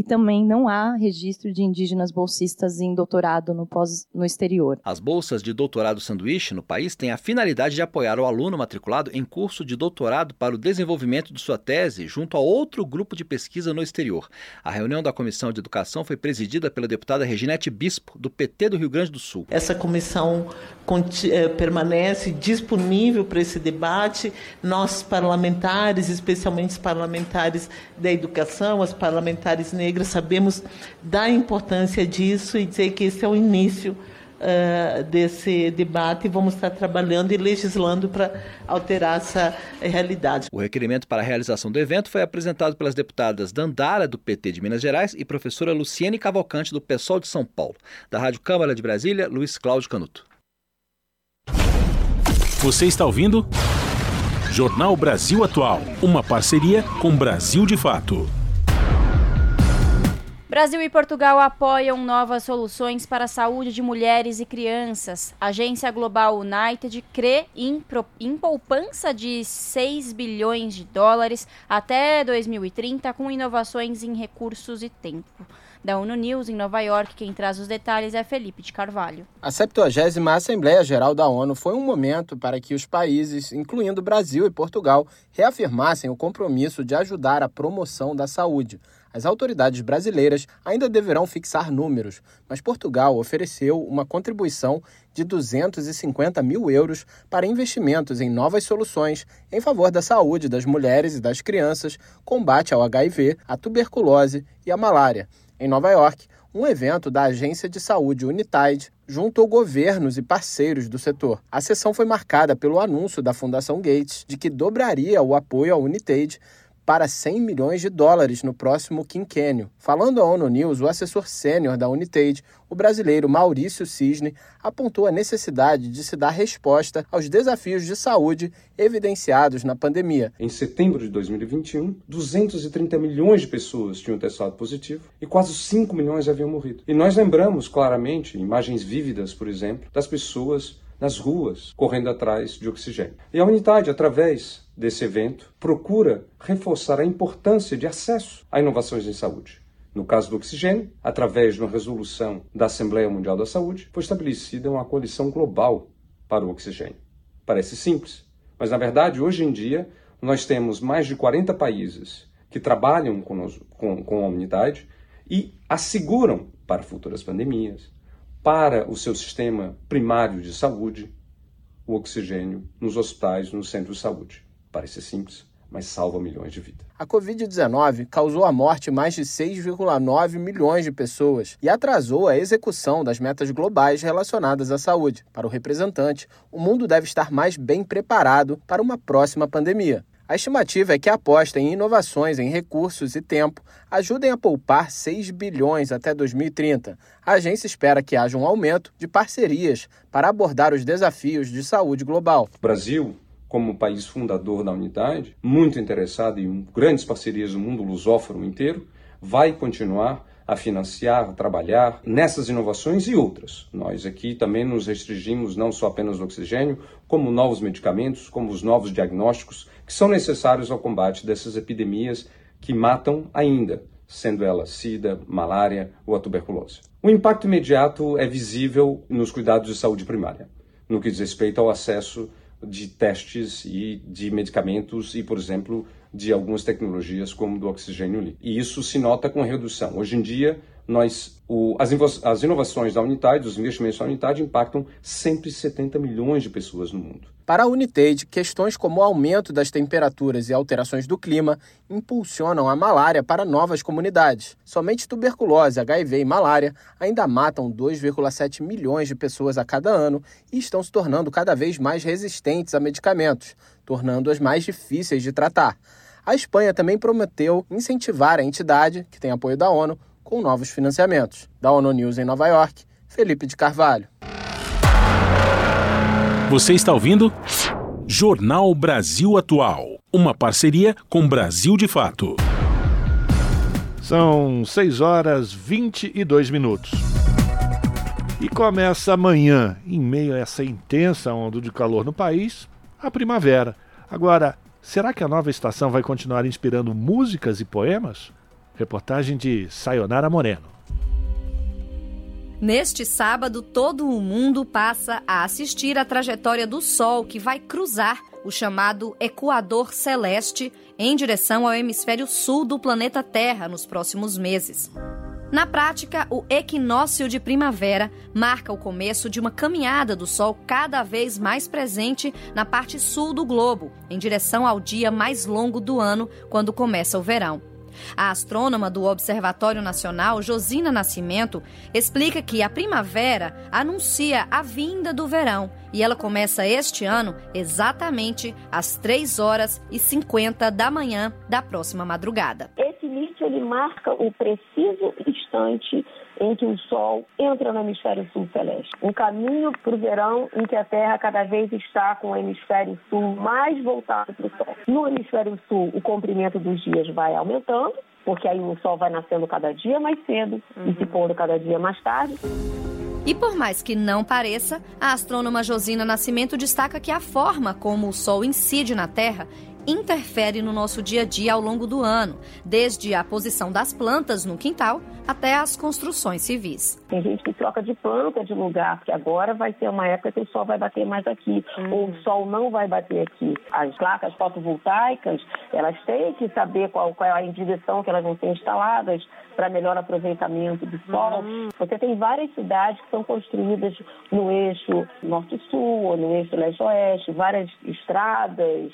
e também não há registro de indígenas bolsistas em doutorado no, pós, no exterior. As bolsas de doutorado sanduíche no país têm a finalidade de apoiar o aluno matriculado em curso de doutorado para o desenvolvimento de sua tese junto a outro grupo de pesquisa no exterior. A reunião da Comissão de Educação foi presidida pela deputada Reginete Bispo, do P T do Rio Grande do Sul. Essa comissão permanece disponível para esse debate. Nós, parlamentares, especialmente os parlamentares da educação, as parlamentares negras, sabemos da importância disso e dizer que esse é o início uh, desse debate e vamos estar trabalhando e legislando para alterar essa realidade. O requerimento para a realização do evento foi apresentado pelas deputadas Dandara, do P T de Minas Gerais, e professora Luciene Cavalcante, do PSOL de São Paulo. Da Rádio Câmara de Brasília, Luiz Cláudio Canuto. Você está ouvindo? Jornal Brasil Atual, uma parceria com Brasil de Fato. Brasil e Portugal apoiam novas soluções para a saúde de mulheres e crianças. A agência global United crê em, pro, em poupança de seis bilhões de dólares até dois mil e trinta, com inovações em recursos e tempo. Da ONU News, em Nova York, quem traz os detalhes é Felipe de Carvalho. A septuagésima Assembleia Geral da ONU foi um momento para que os países, incluindo Brasil e Portugal, reafirmassem o compromisso de ajudar a promoção da saúde. As autoridades brasileiras ainda deverão fixar números, mas Portugal ofereceu uma contribuição de duzentos e cinquenta mil euros para investimentos em novas soluções em favor da saúde das mulheres e das crianças, combate ao H I V, a tuberculose e a malária. Em Nova York, um evento da Agência de Saúde United juntou governos e parceiros do setor. A sessão foi marcada pelo anúncio da Fundação Gates de que dobraria o apoio à United para cem milhões de dólares no próximo quinquênio. Falando à ONU News, o assessor sênior da United, o brasileiro Maurício Cisne, apontou a necessidade de se dar resposta aos desafios de saúde evidenciados na pandemia. Em setembro de dois mil e vinte e um, duzentos e trinta milhões de pessoas tinham testado positivo e quase cinco milhões haviam morrido. E nós lembramos claramente, imagens vívidas, por exemplo, das pessoas nas ruas, correndo atrás de oxigênio. E a United, através desse evento, procura reforçar a importância de acesso a inovações em saúde. No caso do oxigênio, através de uma resolução da Assembleia Mundial da Saúde, foi estabelecida uma coalição global para o oxigênio. Parece simples, mas na verdade, hoje em dia, nós temos mais de quarenta países que trabalham com, com, com a United e asseguram para futuras pandemias, para o seu sistema primário de saúde, o oxigênio nos hospitais, nos centros de saúde. Parece simples, mas salva milhões de vidas. A covid dezenove causou a morte de mais de seis vírgula nove milhões de pessoas e atrasou a execução das metas globais relacionadas à saúde. Para o representante, o mundo deve estar mais bem preparado para uma próxima pandemia. A estimativa é que a aposta em inovações em recursos e tempo ajudem a poupar seis bilhões até dois mil e trinta. A agência espera que haja um aumento de parcerias para abordar os desafios de saúde global. O Brasil, como país fundador da United, muito interessado em grandes parcerias no mundo lusófono inteiro, vai continuar a financiar, a trabalhar nessas inovações e outras. Nós aqui também nos restringimos não só apenas ao oxigênio, como novos medicamentos, como os novos diagnósticos que são necessários ao combate dessas epidemias que matam ainda, sendo ela sida, malária ou a tuberculose. O impacto imediato é visível nos cuidados de saúde primária, no que diz respeito ao acesso de testes e de medicamentos e, por exemplo, de algumas tecnologias como do oxigênio líquido. E isso se nota com a redução. Hoje em dia, nós, o, as, as inovações da United, os investimentos da United impactam cento e setenta milhões de pessoas no mundo. Para a United, questões como o aumento das temperaturas e alterações do clima impulsionam a malária para novas comunidades. Somente tuberculose, H I V e malária ainda matam dois vírgula sete milhões de pessoas a cada ano e estão se tornando cada vez mais resistentes a medicamentos, tornando-as mais difíceis de tratar. A Espanha também prometeu incentivar a entidade, que tem apoio da ONU, com novos financiamentos. Da ONU News em Nova York, Felipe de Carvalho. Você está ouvindo Jornal Brasil Atual, uma parceria com Brasil de Fato. São seis horas e vinte e dois minutos. E começa amanhã, em meio a essa intensa onda de calor no país, a primavera. Agora, será que a nova estação vai continuar inspirando músicas e poemas? Reportagem de Sayonara Moreno. Neste sábado, todo o mundo passa a assistir a trajetória do Sol, que vai cruzar o chamado Equador Celeste em direção ao hemisfério sul do planeta Terra nos próximos meses. Na prática, o equinócio de primavera marca o começo de uma caminhada do Sol cada vez mais presente na parte sul do globo, em direção ao dia mais longo do ano, quando começa o verão. A astrônoma do Observatório Nacional, Josina Nascimento, explica que a primavera anuncia a vinda do verão e ela começa este ano exatamente às três horas e cinquenta da manhã da próxima madrugada. Esse início ele marca o preciso instante em que o Sol entra no hemisfério sul celeste. Um caminho para o verão em que a Terra cada vez está com o hemisfério sul mais voltado para o Sol. No hemisfério sul, o comprimento dos dias vai aumentando, porque aí o Sol vai nascendo cada dia mais cedo uhum. e se pondo cada dia mais tarde. E por mais que não pareça, a astrônoma Josina Nascimento destaca que a forma como o Sol incide na Terra interfere no nosso dia a dia ao longo do ano, desde a posição das plantas no quintal até as construções civis. Tem gente que troca de planta de lugar, porque agora vai ser uma época que o sol vai bater mais aqui, hum. ou o sol não vai bater aqui. As placas fotovoltaicas, elas têm que saber qual, qual é a direção que elas vão ser instaladas para melhor aproveitamento do sol. Hum. Você tem várias cidades que são construídas no eixo norte-sul ou no eixo leste-oeste, várias estradas,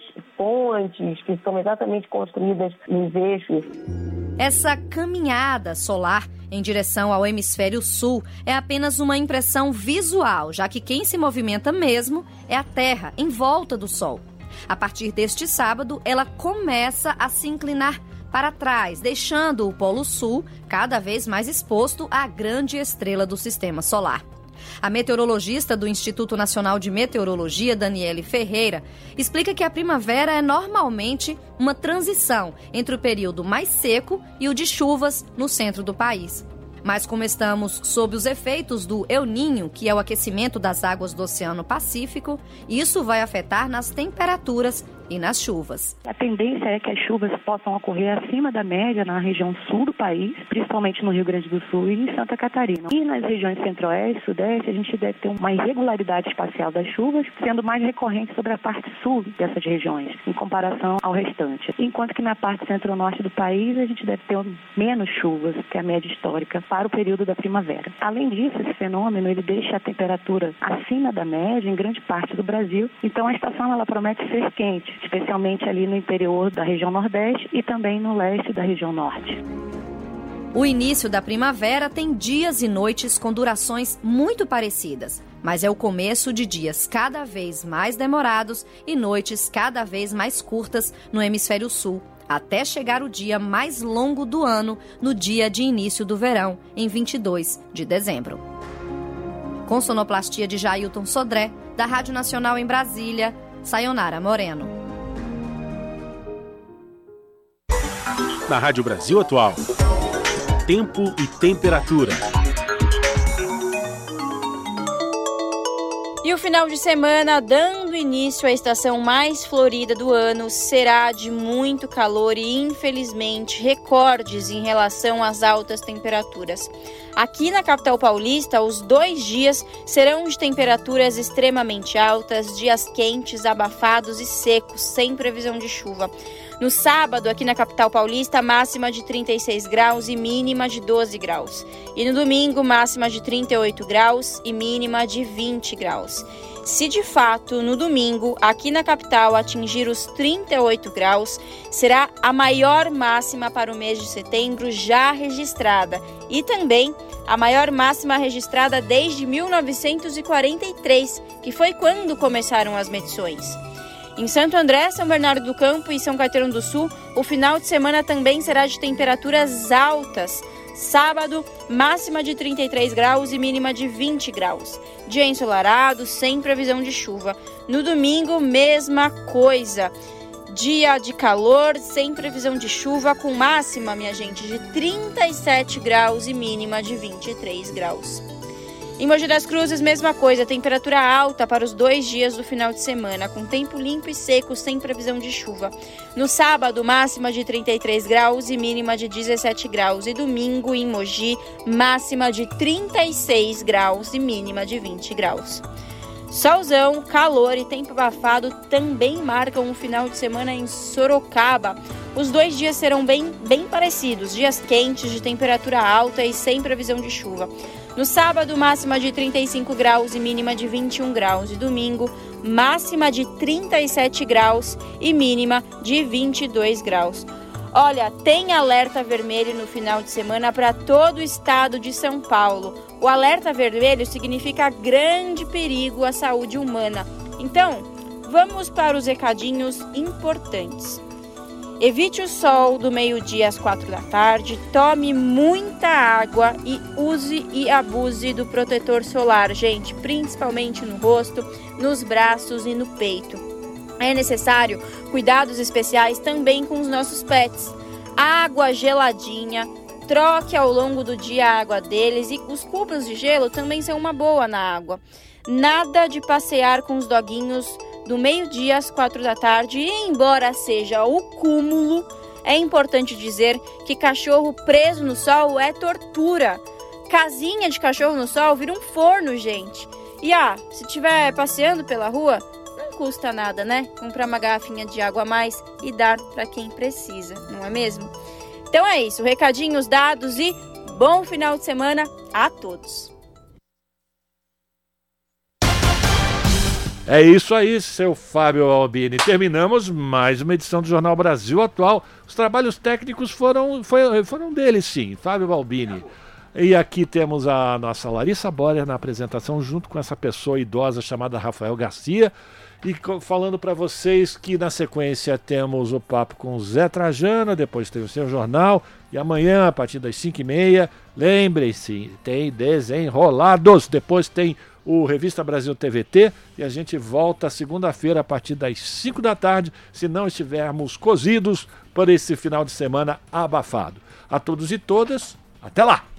pontes que são exatamente construídas nos eixos. Essa caminhada solar em direção ao hemisfério sul é apenas uma impressão visual, já que quem se movimenta mesmo é a Terra em volta do Sol. A partir deste sábado, ela começa a se inclinar para trás, deixando o Polo Sul cada vez mais exposto à grande estrela do Sistema Solar. A meteorologista do Instituto Nacional de Meteorologia, Daniele Ferreira, explica que a primavera é normalmente uma transição entre o período mais seco e o de chuvas no centro do país. Mas como estamos sob os efeitos do El Niño, que é o aquecimento das águas do Oceano Pacífico, isso vai afetar nas temperaturas e nas chuvas. A tendência é que as chuvas possam ocorrer acima da média na região sul do país, principalmente no Rio Grande do Sul e em Santa Catarina. E nas regiões centro-oeste e sudeste, a gente deve ter uma irregularidade espacial das chuvas, sendo mais recorrente sobre a parte sul dessas regiões, em comparação ao restante. Enquanto que na parte centro-norte do país, a gente deve ter menos chuvas que a média histórica para o período da primavera. Além disso, esse fenômeno ele deixa a temperatura acima da média em grande parte do Brasil, então a estação ela promete ser quente, especialmente ali no interior da região nordeste e também no leste da região norte. O início da primavera tem dias e noites com durações muito parecidas, mas é o começo de dias cada vez mais demorados e noites cada vez mais curtas no hemisfério sul, até chegar o dia mais longo do ano, no dia de início do verão, em vinte e dois de dezembro. Com sonoplastia de Jailton Sodré, da Rádio Nacional em Brasília, Sayonara Moreno. Na Rádio Brasil Atual, tempo e temperatura. E o final de semana, dando início à estação mais florida do ano, será de muito calor e, infelizmente, recordes em relação às altas temperaturas. Aqui na capital paulista, os dois dias serão de temperaturas extremamente altas, dias quentes, abafados e secos, sem previsão de chuva. No sábado, aqui na capital paulista, máxima de trinta e seis graus e mínima de doze graus. E no domingo, máxima de trinta e oito graus e mínima de vinte graus. Se de fato, no domingo, aqui na capital, atingir os trinta e oito graus, será a maior máxima para o mês de setembro já registrada e também a maior máxima registrada desde mil novecentos e quarenta e três, que foi quando começaram as medições. Em Santo André, São Bernardo do Campo e São Caetano do Sul, o final de semana também será de temperaturas altas. Sábado, máxima de trinta e três graus e mínima de vinte graus. Dia ensolarado, sem previsão de chuva. No domingo, mesma coisa. Dia de calor, sem previsão de chuva, com máxima, minha gente, de trinta e sete graus e mínima de vinte e três graus. Em Mogi das Cruzes, mesma coisa, temperatura alta para os dois dias do final de semana, com tempo limpo e seco, sem previsão de chuva. No sábado, máxima de trinta e três graus e mínima de dezessete graus. E domingo, em Mogi, máxima de trinta e seis graus e mínima de vinte graus. Solzão, calor e tempo abafado também marcam um final de semana em Sorocaba. Os dois dias serão bem, bem parecidos, dias quentes, de temperatura alta e sem previsão de chuva. No sábado, máxima de trinta e cinco graus e mínima de vinte e um graus. E domingo, máxima de trinta e sete graus e mínima de vinte e dois graus. Olha, tem alerta vermelho no final de semana para todo o estado de São Paulo. O alerta vermelho significa grande perigo à saúde humana. Então, vamos para os recadinhos importantes. Evite o sol do meio-dia às quatro da tarde, tome muita água e use e abuse do protetor solar, gente, principalmente no rosto, nos braços e no peito. É necessário cuidados especiais também com os nossos pets. Água geladinha, troque ao longo do dia a água deles e os cubos de gelo também são uma boa na água. Nada de passear com os doguinhos do meio-dia às quatro da tarde e, embora seja o cúmulo, é importante dizer que cachorro preso no sol é tortura. Casinha de cachorro no sol vira um forno, gente. E ah, se estiver passeando pela rua, não custa nada, né? Comprar uma garrafinha de água a mais e dar para quem precisa, não é mesmo? Então é isso, recadinhos dados e bom final de semana a todos. É isso aí, seu Fábio Albini. Terminamos mais uma edição do Jornal Brasil Atual. Os trabalhos técnicos foram, foi, foram dele, sim, Fábio Albini. E aqui temos a nossa Larissa Borer na apresentação, junto com essa pessoa idosa chamada Rafael Garcia. E falando para vocês que na sequência temos o papo com o Zé Trajano, depois tem o seu jornal. E amanhã, a partir das cinco e meia, lembrem-se, tem Desenrolados. Depois tem o Revista Brasil T V T e a gente volta segunda-feira a partir das cinco da tarde, se não estivermos cozidos por esse final de semana abafado. A todos e todas, até lá!